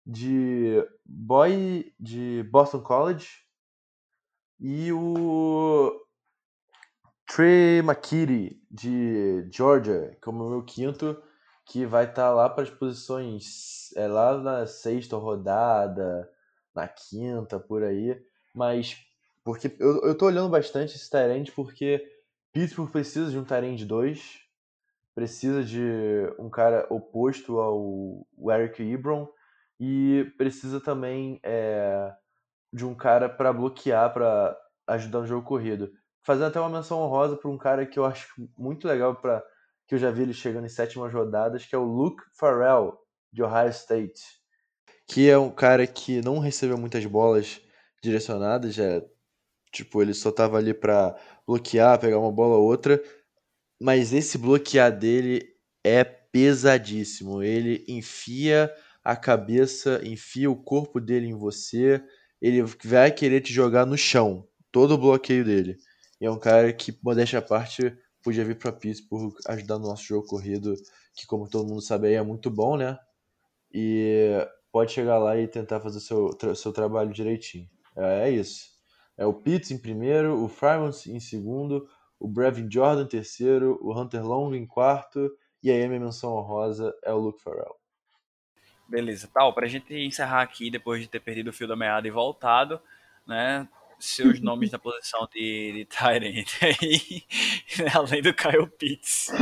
de Boston College, e o Trey McKitty, de Georgia, como meu quinto, que vai estar lá para as posições, lá na sexta rodada, na quinta, por aí. Mas, porque eu tô olhando bastante esse tight end, porque Pittsburgh precisa de um tight end 2, precisa de um cara oposto ao Eric Ebron, e precisa também de um cara para bloquear, para ajudar no jogo corrido. Fazendo até uma menção honrosa para um cara que eu acho muito legal, que eu já vi ele chegando em sétimas rodadas, que é o Luke Farrell, de Ohio State, que é um cara que não recebeu muitas bolas direcionadas, tipo, ele só tava ali para bloquear, pegar uma bola ou outra, mas esse bloquear dele é pesadíssimo. Ele enfia a cabeça, enfia o corpo dele em você, ele vai querer te jogar no chão, todo o bloqueio dele. E é um cara que, modéstia à parte, podia vir para Pittsburgh ajudar no nosso jogo corrido, que, como todo mundo sabe, aí é muito bom, né? E pode chegar lá e tentar fazer seu trabalho direitinho. É isso. É o Pitts em primeiro, o Frymouth em segundo, o Brevin Jordan em terceiro, o Hunter Long em quarto, e aí a minha menção honrosa é o Luke Farrell. Beleza, tal, pra gente encerrar aqui, depois de ter perdido o fio da meada e voltado, né, seus nomes na posição de Tyrant aí, além do Kyle Pitts.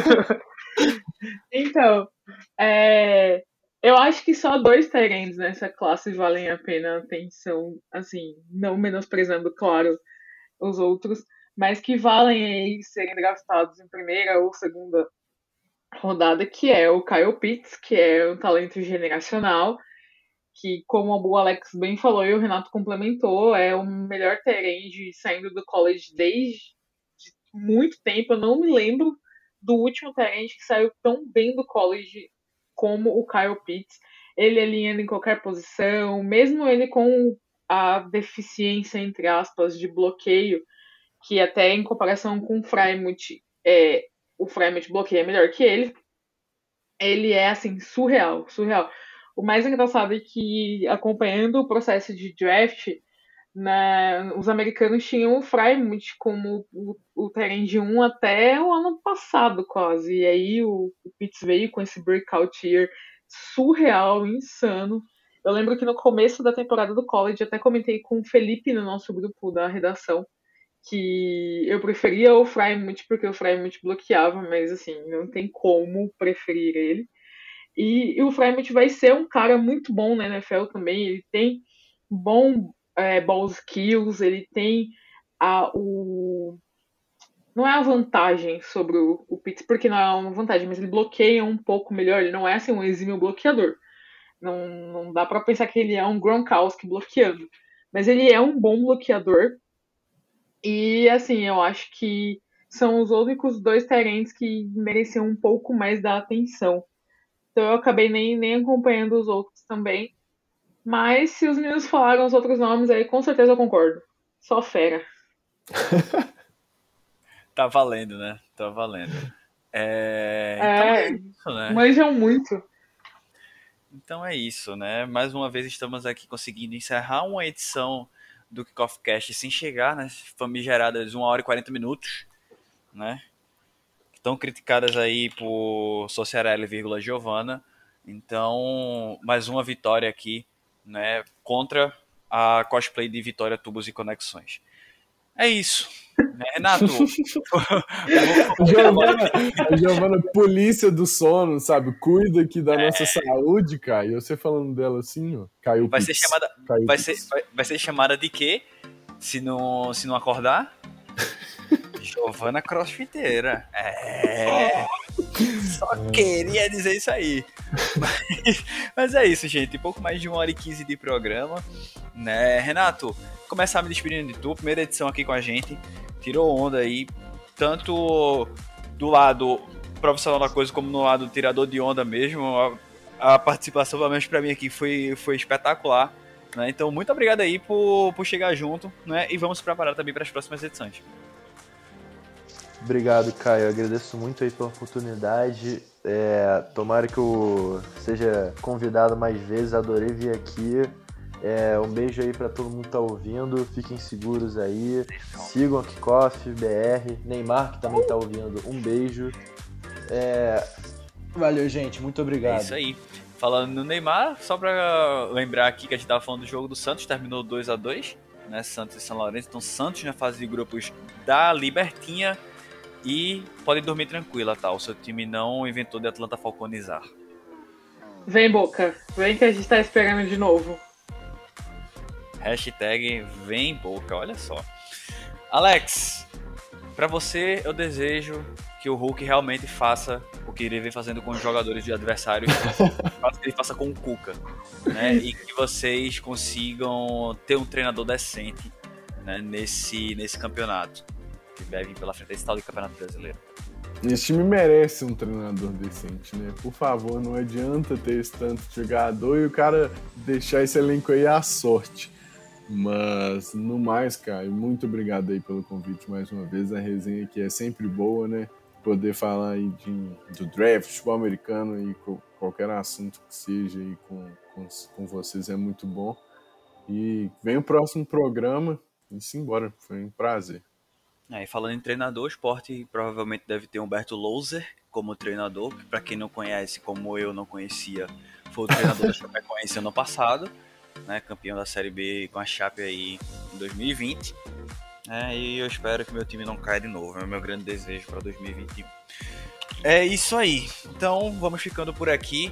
Então, eu acho que só 2 Tyrands nessa classe valem a pena a atenção, assim, não menosprezando, claro, os outros, mas que valem aí serem draftados em primeira ou segunda rodada, que é o Kyle Pitts, que é um talento generacional, que, como o Alex bem falou e o Renato complementou, é o melhor Tyrande saindo do college desde muito tempo. Eu não me lembro do último Tyrande que saiu tão bem do college como o Kyle Pitts. Ele alinhando em qualquer posição, mesmo ele com a deficiência, entre aspas, de bloqueio, que até em comparação com o Frymouth, o Frymouth bloqueia melhor que ele é, assim, surreal, surreal. O mais engraçado é que, acompanhando o processo de draft, os americanos tinham o Frymouth como o Tyrande 1 até o ano passado, quase. E aí o Pitts veio com esse breakout year surreal, insano. Eu lembro que no começo da temporada do college, até comentei com o Felipe no nosso grupo da redação, que eu preferia o Frymouth porque o Frymouth bloqueava, mas assim, não tem como preferir ele. E o Frymouth vai ser um cara muito bom na NFL também. Ele tem bom ball skills, ele tem não é a vantagem sobre o Pitts, porque não é uma vantagem, mas ele bloqueia um pouco melhor. Ele não é assim um exímio bloqueador. Não dá para pensar que ele é um Gronkowski bloqueando. Mas ele é um bom bloqueador. E assim, eu acho que são os únicos 2 terrenos que mereciam um pouco mais da atenção. Então eu acabei nem acompanhando os outros também. Mas se os meninos falaram os outros nomes aí, com certeza eu concordo. Só fera. Tá valendo, né? Tá valendo. Então é isso, né? Manjam muito. Então é isso, né? Mais uma vez estamos aqui conseguindo encerrar uma edição do Kickoff Cast sem chegar, né? Famigeradas 1 hora e 40 minutos, né? Tão criticadas aí por Sociarelli, Giovana. Então, mais uma vitória aqui, né? Contra a cosplay de Vitória Tubos e Conexões. É isso. Renato, A Giovana, polícia do sono, sabe? Cuida aqui da nossa saúde, cara. E você falando dela assim, ó. Caiu vai pix, ser chamada. caiu Vai pix. ser chamada de quê? Se não acordar? Giovana Crossfiteira. Só queria dizer isso aí. Mas é isso, gente. Pouco mais de 1h15 de programa, né? Renato, começar me despedindo de tu. Primeira edição aqui com a gente. Tirou onda aí, tanto do lado profissional da coisa como no lado tirador de onda mesmo. A participação, pelo menos pra mim aqui, foi espetacular, né? Então, muito obrigado aí por chegar junto, né? E vamos se preparar também para as próximas edições. Obrigado, Caio. Eu agradeço muito aí pela oportunidade. Tomara que eu seja convidado mais vezes. Adorei vir aqui. Um beijo aí pra todo mundo que tá ouvindo. Fiquem seguros aí. Sigam a Kickoff BR. Neymar, que também tá ouvindo. Um beijo. Valeu, gente. Muito obrigado. É isso aí. Falando no Neymar, só pra lembrar aqui que a gente tava falando do jogo do Santos. Terminou 2-2, né? Santos e São Lourenço. Então, Santos na fase de grupos da Libertinha. E pode dormir tranquila, tá? O seu time não inventou de Atlanta falconizar. Vem, Boca. Vem que a gente tá esperando de novo. Hashtag vem Boca, olha só. Alex, pra você eu desejo que o Hulk realmente faça o que ele vem fazendo com os jogadores de adversários, que ele faça com o Cuca, né? E que vocês consigam ter um treinador decente, né, nesse campeonato que vai vir pela frente, esse tal de Campeonato Brasileiro. Esse time merece um treinador decente, né? Por favor, não adianta ter esse tanto de jogador e o cara deixar esse elenco aí à sorte. Mas, no mais, cara, muito obrigado aí pelo convite mais uma vez. A resenha aqui é sempre boa, né? Poder falar aí do draft, futebol americano e qualquer assunto que seja aí com vocês é muito bom. E vem o próximo programa e simbora, foi um prazer. E falando em treinador, o Sport provavelmente deve ter Humberto Louser como treinador, que para quem não conhece, como eu não conhecia, foi o treinador da Chapecoense ano passado, né, campeão da Série B com a Chape aí em 2020, e eu espero que meu time não caia de novo, é o meu grande desejo para 2021. É isso aí, então vamos ficando por aqui.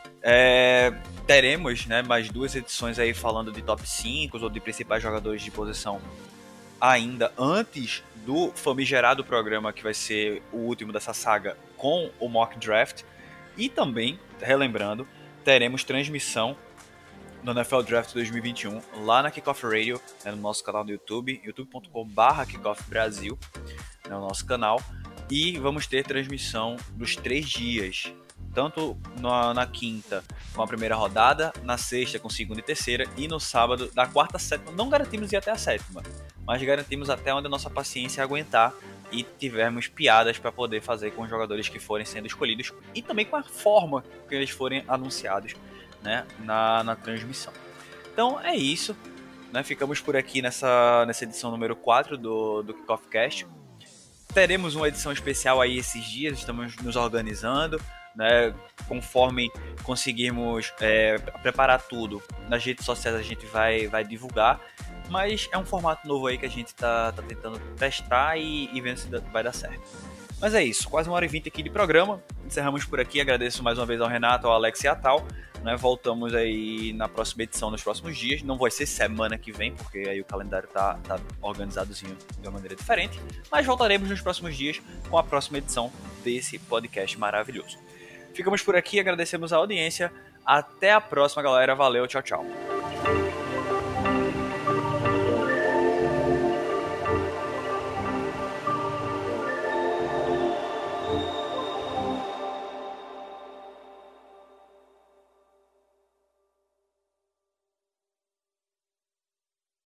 Teremos, né, mais 2 edições aí falando de top 5 ou de principais jogadores de posição ainda antes do famigerado programa que vai ser o último dessa saga com o Mock Draft. E também, relembrando, teremos transmissão do NFL Draft 2021 lá na Kickoff Radio, né, no nosso canal do YouTube, youtube.com/kickoffbrasil, né, o nosso canal. E vamos ter transmissão dos 3 dias, tanto na quinta com a primeira rodada, na sexta com segunda e terceira, e no sábado da quarta a sétima. Não garantimos ir até a sétima, mas garantimos até onde a nossa paciência aguentar e tivermos piadas para poder fazer com os jogadores que forem sendo escolhidos e também com a forma que eles forem anunciados, né, na transmissão. Então é isso, né? Ficamos por aqui nessa edição número 4 do Kickoff Cast. Teremos uma edição especial aí esses dias, estamos nos organizando, né? Conforme conseguirmos preparar tudo nas redes sociais, a gente vai divulgar. Mas é um formato novo aí que a gente tá tentando testar e vendo se vai dar certo. Mas é isso, quase 1h20 aqui de programa. Encerramos por aqui, agradeço mais uma vez ao Renato, ao Alex e a Tal, né? Voltamos aí na próxima edição, nos próximos dias. Não vai ser semana que vem, porque aí o calendário tá organizadozinho de uma maneira diferente. Mas voltaremos nos próximos dias com a próxima edição desse podcast maravilhoso. Ficamos por aqui, agradecemos a audiência. Até a próxima, galera. Valeu, tchau, tchau.